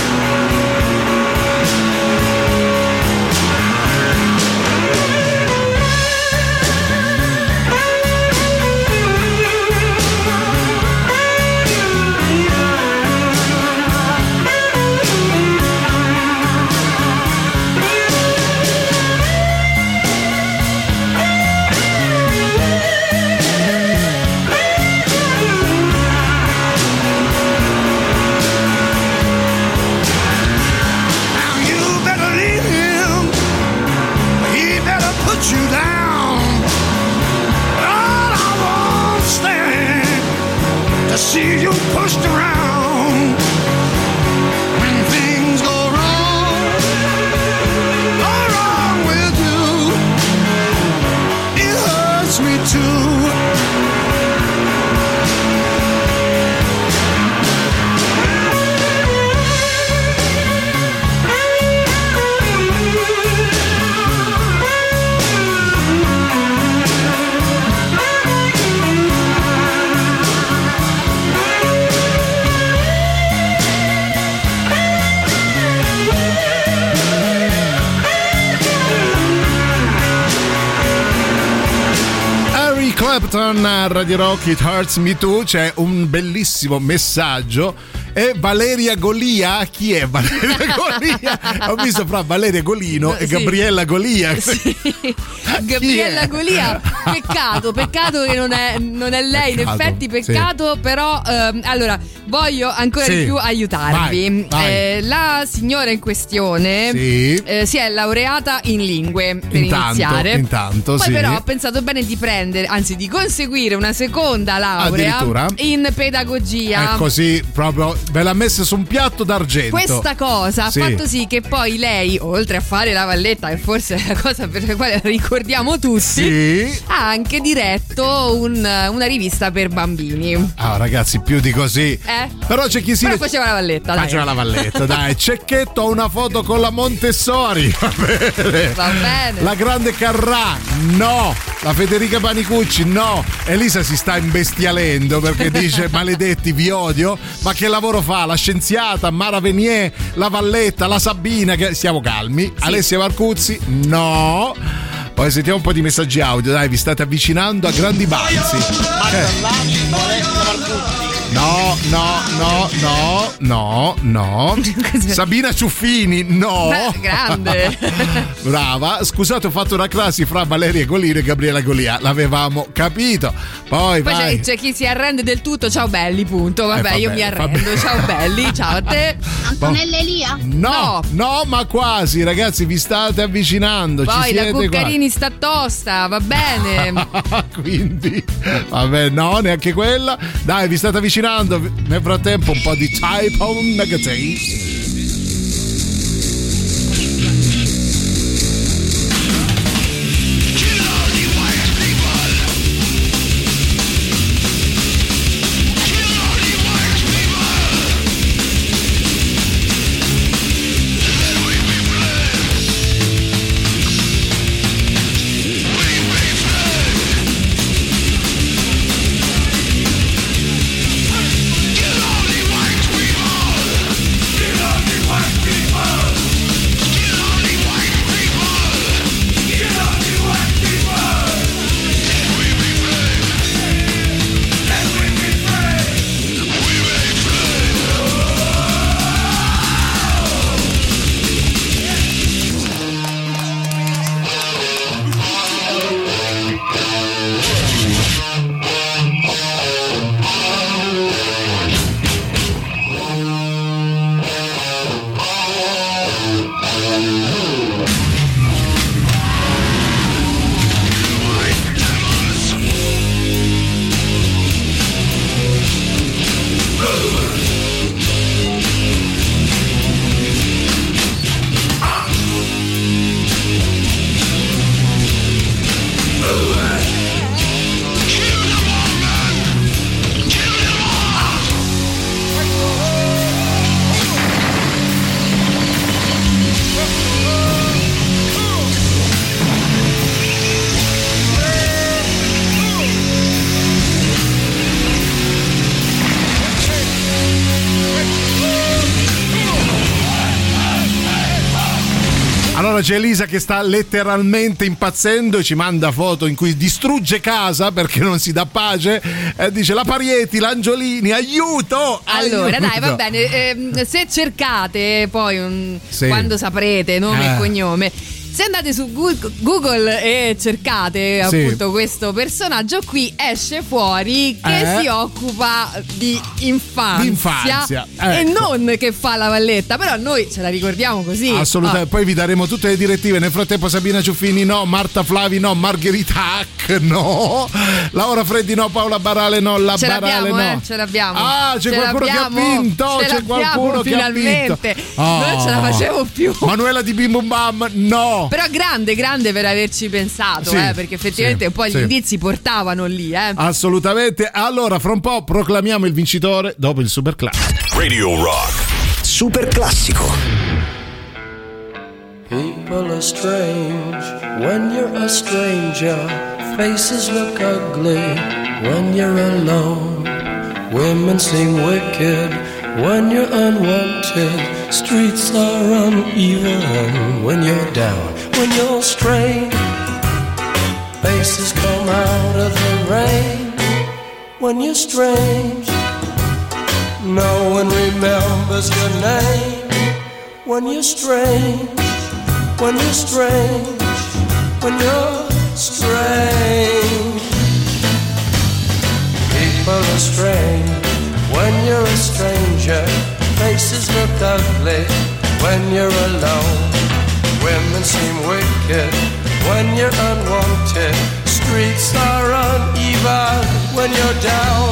Now you better leave him, he better put you down. But I won't stand to see you pushed around. When things go wrong, go wrong with you, it hurts me too. Harry Clapton a Radio Rock, It Hurts Me Too. C'è un bellissimo messaggio. E Valeria Golia, chi è Valeria Golia? Ho visto fra Valeria Golino e Sì. Gabriella Golia. Sì. Gabriella Golia, peccato, peccato che non è, non è lei, Peccato, in effetti peccato, sì. però ehm, allora voglio ancora Sì. di più aiutarvi. Vai, vai. Eh, la signora in questione Sì. eh, si è laureata in lingue per Intanto, iniziare. intanto, Poi sì. però ho pensato bene di prendere, anzi di conseguire una seconda laurea Addirittura? in pedagogia. È così, proprio ve l'ha messa su un piatto d'argento. Questa cosa Sì. ha fatto sì che poi lei, oltre a fare la valletta, che forse è la cosa per la quale la ricordiamo tutti, Sì. ha anche diretto un- una rivista per bambini. Ah, ragazzi, più di così. Eh? Però c'è chi si Però faceva la valletta, dai. Faceva la valletta, dai. Cecchetto, ho una foto con la Montessori. Va bene. Va bene. La grande Carrà, no. La Federica Panicucci, no. Elisa si sta imbestialendo perché dice: maledetti, vi odio. Ma che lavoro fa? La scienziata, Mara Venier, la Valletta, la Sabina. Che... Stiamo calmi. Alessia Marcuzzi, no. Poi sentiamo un po' di messaggi audio, dai, vi state avvicinando a grandi balzi. Ma Eh. Alessia Marcuzzi. No, no, no, no, no, no. Sabina Ciuffini, no. Beh, grande. Brava. Scusate, ho fatto una classe fra Valeria Golino e Gabriela Golia. L'avevamo capito. Poi, Poi vai. c'è, c'è chi si arrende del tutto. Ciao belli, punto. Vabbè, Eh, va io bene, mi va arrendo. bene. Ciao belli, ciao a te. Antonella Elia? No, no, ma quasi, ragazzi, vi state avvicinando. Poi ci la siete Cuccarini sta tosta, va bene. Quindi, vabbè, no, neanche quella. Dai, vi state avvicinando. Nel frattempo, un po' di Type O Negative. Allora c'è Elisa che sta letteralmente impazzendo e ci manda foto in cui distrugge casa perché non si dà pace e dice la Parieti, l'Angiolini, aiuto! Allora, aiuto. dai, va bene. ehm, se cercate poi un- Sì. quando saprete nome Eh. e cognome. Se andate su Gu- Google e cercate Sì. appunto questo personaggio qui, esce fuori che Eh. si occupa di infanzia, Di infanzia, e ecco. non che fa la valletta, però noi ce la ricordiamo così. Assolutamente, poi vi daremo tutte le direttive. Nel frattempo Sabina Ciuffini no, Marta Flavi no, Margherita Hack no, Laura Freddi no, Paola Barale no, la Ce Barale l'abbiamo, no. eh, ce l'abbiamo. Ah, c'è Ce qualcuno che ha l'abbiamo, vinto, ce c'è l'abbiamo, qualcuno che ha vinto. finalmente. Oh. Non ce la facevo più. Manuela di Bim Bum Bam no. Però grande, grande per averci pensato, Sì, eh, perché effettivamente sì, un po' gli sì. indizi portavano lì, eh. Assolutamente. Allora, fra un po' proclamiamo il vincitore dopo il Super Classico. Radio Rock. Super Classico. People are strange when you're a stranger. Faces look ugly when you're alone. Women seem wicked when you're unwanted. Streets are uneven when you're down. When you're strange, faces come out of the rain. When you're strange, no one remembers your name. When you're strange, when you're strange, when you're strange. People are strange when you're a stranger. Faces look ugly when you're alone. Women seem wicked when you're unwanted. Streets are uneven when you're down.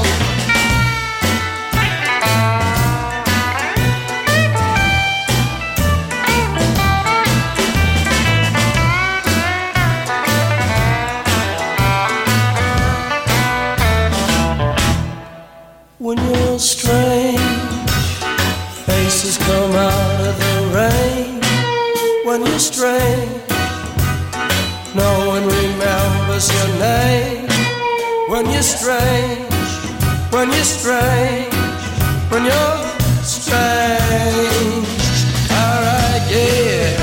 When you're strange, faces come out of the rain. When you're strange, no one remembers your name. When you're strange, when you're strange, when you're strange. Alright, yeah.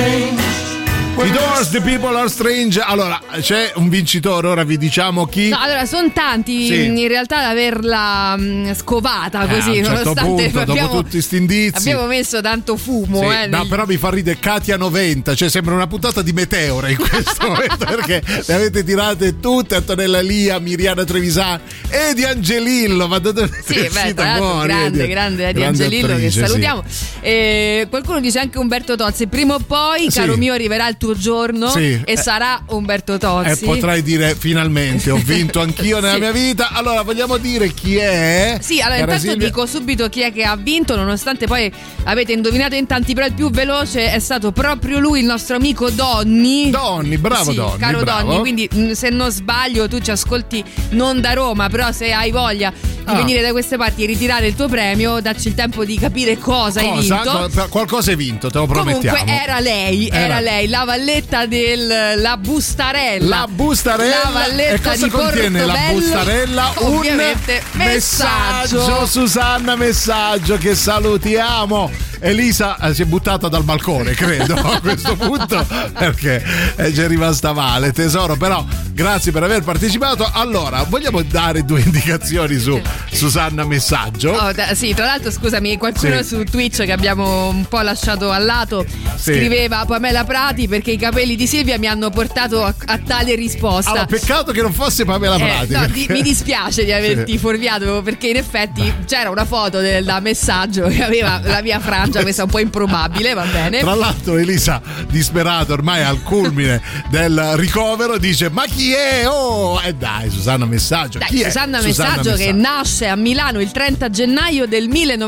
strange. I Doors, The People Are Strange. Allora, c'è un vincitore, ora vi diciamo chi. No, allora sono tanti Sì. in realtà ad averla mh, scovata così, Eh, a un certo nonostante punto, abbiamo, dopo tutti sti indizi. abbiamo messo tanto fumo. Sì, eh, no, negli- però mi fa ridere Katia novanta, cioè sembra una puntata di Meteora in questo momento perché le avete tirate tutte, Antonella Lia, Miriana Trevisani e di Angelillo, ma da dove Sì, è beh, uscita tra l'altro fuori? grande, Vedi? grande Eddie Grande Angelillo che attrice, salutiamo. Eh, qualcuno dice anche Umberto Tozzi. Prima o poi, Sì. caro mio, arriverà il tuo giorno Sì. e Eh. sarà Umberto E Tozzi. potrai dire finalmente ho vinto anch'io nella Sì. mia vita. Allora vogliamo dire chi è? Sì, allora Cara intanto Silvia? dico subito chi è che ha vinto, nonostante poi avete indovinato in tanti, però il più veloce è stato proprio lui, il nostro amico Donny. Donny, bravo Sì, Donny, caro bravo. Donny, quindi mh, se non sbaglio tu ci ascolti non da Roma, però se hai voglia di Ah. venire da queste parti e ritirare il tuo premio, dacci il tempo di capire cosa, hai Cosa? vinto. Qual- Qualcosa hai vinto, te lo promettiamo. Comunque era lei, era, Era- lei, la valletta del la bustarella. La bustarella. La valletta E cosa di contiene la Portobello? bustarella? Un Ovviamente messaggio. messaggio, Susanna, messaggio che salutiamo. Elisa eh, si è buttata dal balcone, credo, a questo punto, perché è già rimasta male, tesoro. Però grazie per aver partecipato. Allora, vogliamo dare due indicazioni su Susanna Messaggio? Oh, da- sì, tra l'altro scusami, qualcuno Sì. su Twitch che abbiamo un po' lasciato al lato Sì. scriveva Pamela Prati perché i capelli di Silvia mi hanno portato a, a tale risposta. Allora, peccato che non fosse Pamela Eh, Prati. no, perché- di- mi dispiace di averti Sì. fuorviato perché in effetti c'era una foto del da messaggio che aveva la mia frangia questa un po' improbabile, va bene. Tra l'altro Elisa, disperata ormai al culmine del ricovero, dice ma chi è? Oh, e eh dai Susanna Messaggio. Dai, chi è? Susanna Messaggio che nasce a Milano il trenta gennaio del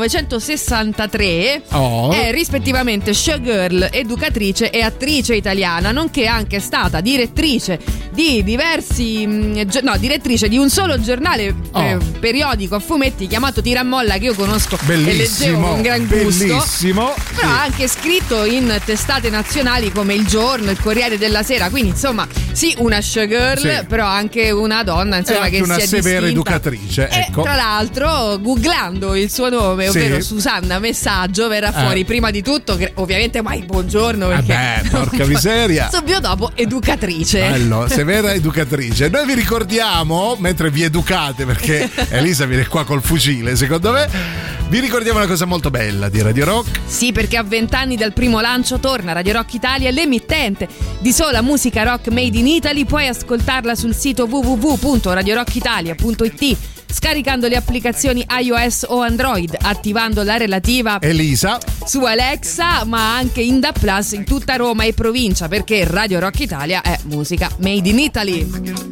millenovecentosessantatré, Oh. è rispettivamente showgirl, educatrice e attrice italiana, nonché anche stata direttrice di diversi mh, gio- no, direttrice di un solo giornale Oh. eh, periodico a fumetti chiamato Tira e Molla, che io conosco e leggevo Bellissimo, con gran gusto. bellissimo. Però ha anche scritto in testate nazionali come Il Giorno, Il Corriere della Sera, quindi insomma sì, una showgirl, Sì. però anche una donna insomma È anche che una si è severa distinta. educatrice, E ecco. tra l'altro, googlando il suo nome, Sì. ovvero Susanna Messaggio, verrà Eh. fuori prima di tutto, che- ovviamente mai buongiorno perché beh, porca miseria. subito dopo educatrice. Bello, severa educatrice. Noi vi ricordiamo, mentre vi educate, perché Elisa viene qua col fucile, secondo me, vi ricordiamo una cosa molto bella di Radio Rock. Sì, perché a vent'anni dal primo lancio torna Radio Rock Italia, l'emittente di sola musica rock made in Italy. Puoi ascoltarla sul sito w w w punto radio rock italia punto i t, scaricando le applicazioni iOS o Android, attivando la relativa Elisa su Alexa, ma anche in D A B plus in tutta Roma e provincia, perché Radio Rock Italia è musica made in Italy.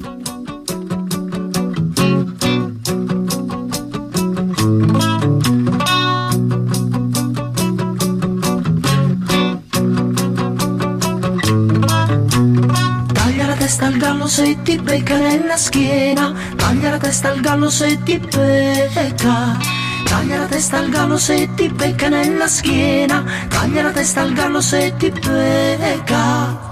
Taglia la testa al gallo se ti becca nella schiena. Taglia la testa al gallo se ti becca. Taglia la testa al gallo se ti becca nella schiena. Taglia la testa al gallo se ti becca.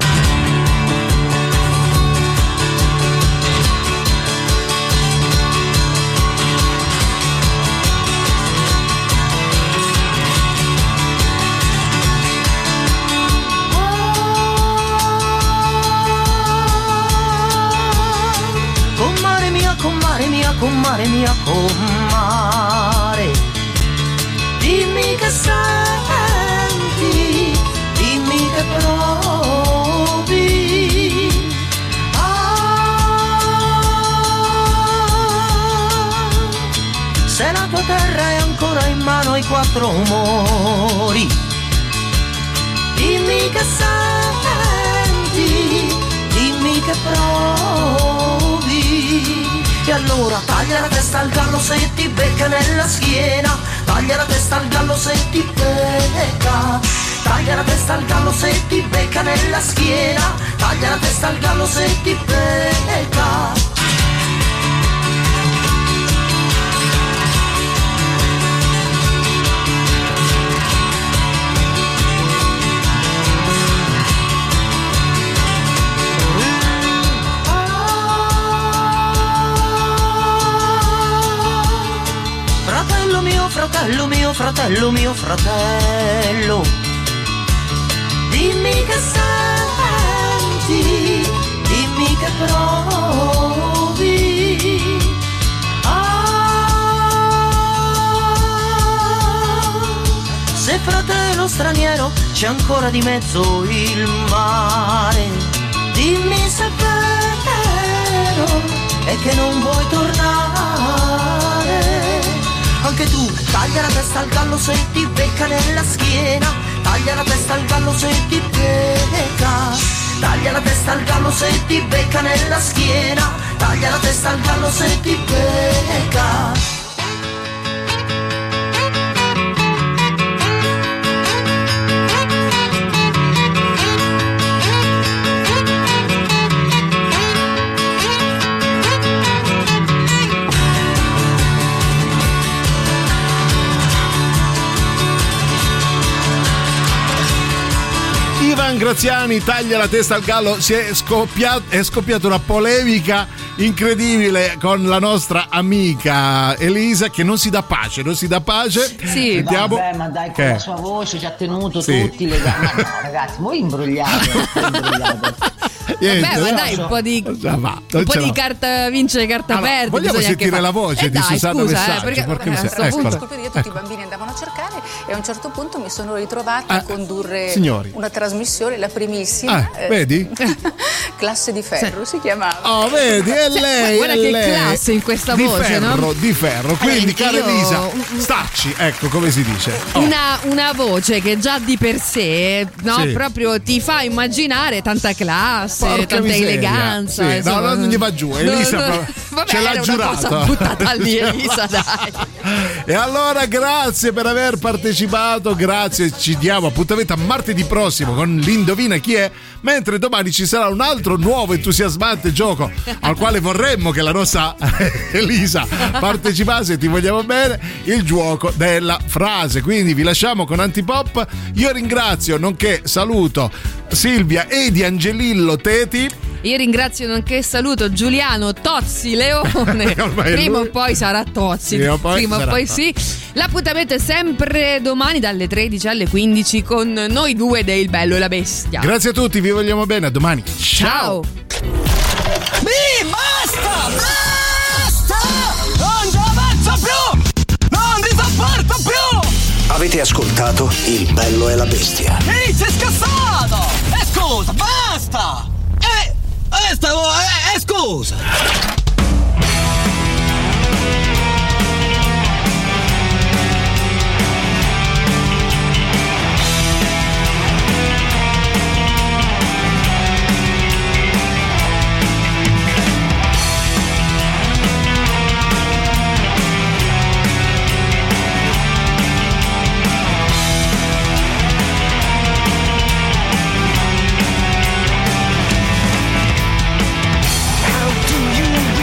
Comare mia, comare mia, comare mia, comare. Dimmi che senti, dimmi che provi. Ah, se la tua terra è ancora in mano ai quattro umori. Dimmi che senti, dimmi che provi. E allora taglia la testa al gallo se ti becca nella schiena. Taglia la testa al gallo se ti becca. Taglia la testa al gallo se ti becca nella schiena. Taglia la testa al gallo se ti becca. Fratello mio, fratello mio, fratello mio, fratello. Dimmi dimmi che senti, dimmi che provi. Ah, se fra te e lo straniero c'è ancora di mezzo il mare, dimmi se è vero e che non vuoi tornare. Anche tu taglia la testa al gallo se ti becca nella schiena, taglia la testa al gallo se ti becca, taglia la testa al gallo se ti becca nella schiena, taglia la testa al gallo se ti becca. Ivan Graziani taglia la testa al gallo. Si è scoppiata è scoppiata una polemica incredibile con la nostra amica Elisa, che non si dà pace, non si dà pace. Sì, Vediamo. vabbè, ma dai, con che? la sua voce ci ha tenuto Sì. tutti le gambe. Ma no, ragazzi, voi imbrogliate, imbrogliate. Niente, Vabbè, ma no. dai, un po' di, Già va, non un po' ce di l'ho. carta vince, carta Allora, perde. vogliamo bisogna sentire anche la fare- voce eh di dai, Susanna scusa, Messaggio, eh, perché perché mi eh, sa- a sto eccola. punto- Io tutti i bambini andavano a cercare e a un certo punto mi sono ritrovata Ah, a condurre signori. una trasmissione, la primissima. Ah, vedi? Classe di ferro si chiamava. Oh, vedi, è lei. Guarda è che lei. classe in questa di voce, ferro, no? Di ferro, quindi Eh, cara io- Elisa, stacci, ecco come si dice. Oh. Una, una voce che già di per sé, no, Sì. proprio ti fa immaginare tanta classe, Porca tanta miseria. eleganza. Sì, no, insomma. non gli va giù, Elisa No, no, proprio- vabbè, ce l'ha era una giurato. cosa buttata lì, Elisa, dai. E allora grazie per aver partecipato, grazie, ci diamo appuntamento a martedì prossimo con l'Indovina chi è, mentre domani ci sarà un altro nuovo entusiasmante gioco al quale vorremmo che la nostra Elisa partecipasse, ti vogliamo bene, il gioco della frase. Quindi vi lasciamo con Antipop, io ringrazio nonché saluto Silvia e di Angelillo Teti. Io ringrazio nonché saluto Giuliano Tozzi Leone. Ormai Prima lui- o poi sarà Tozzi. Prima o poi Prima o sarà poi Tozzi. sì. L'appuntamento è sempre domani dalle tredici alle quindici con noi due del Bello e la Bestia. Grazie a tutti, vi vogliamo bene, a domani. Ciao. Mi basta! Basta! Non ce la faccio più! Non ti sopporto più! Avete ascoltato Il Bello e la Bestia. Ehi, sei scassato! Eh scusa, basta! Eh, eh stavo, eh, eh scusa! How do you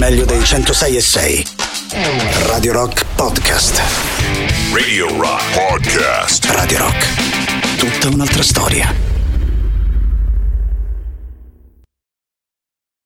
meglio dei centosei e sei. Radio Rock Podcast. Radio Rock Podcast. Radio Rock. Tutta un'altra storia.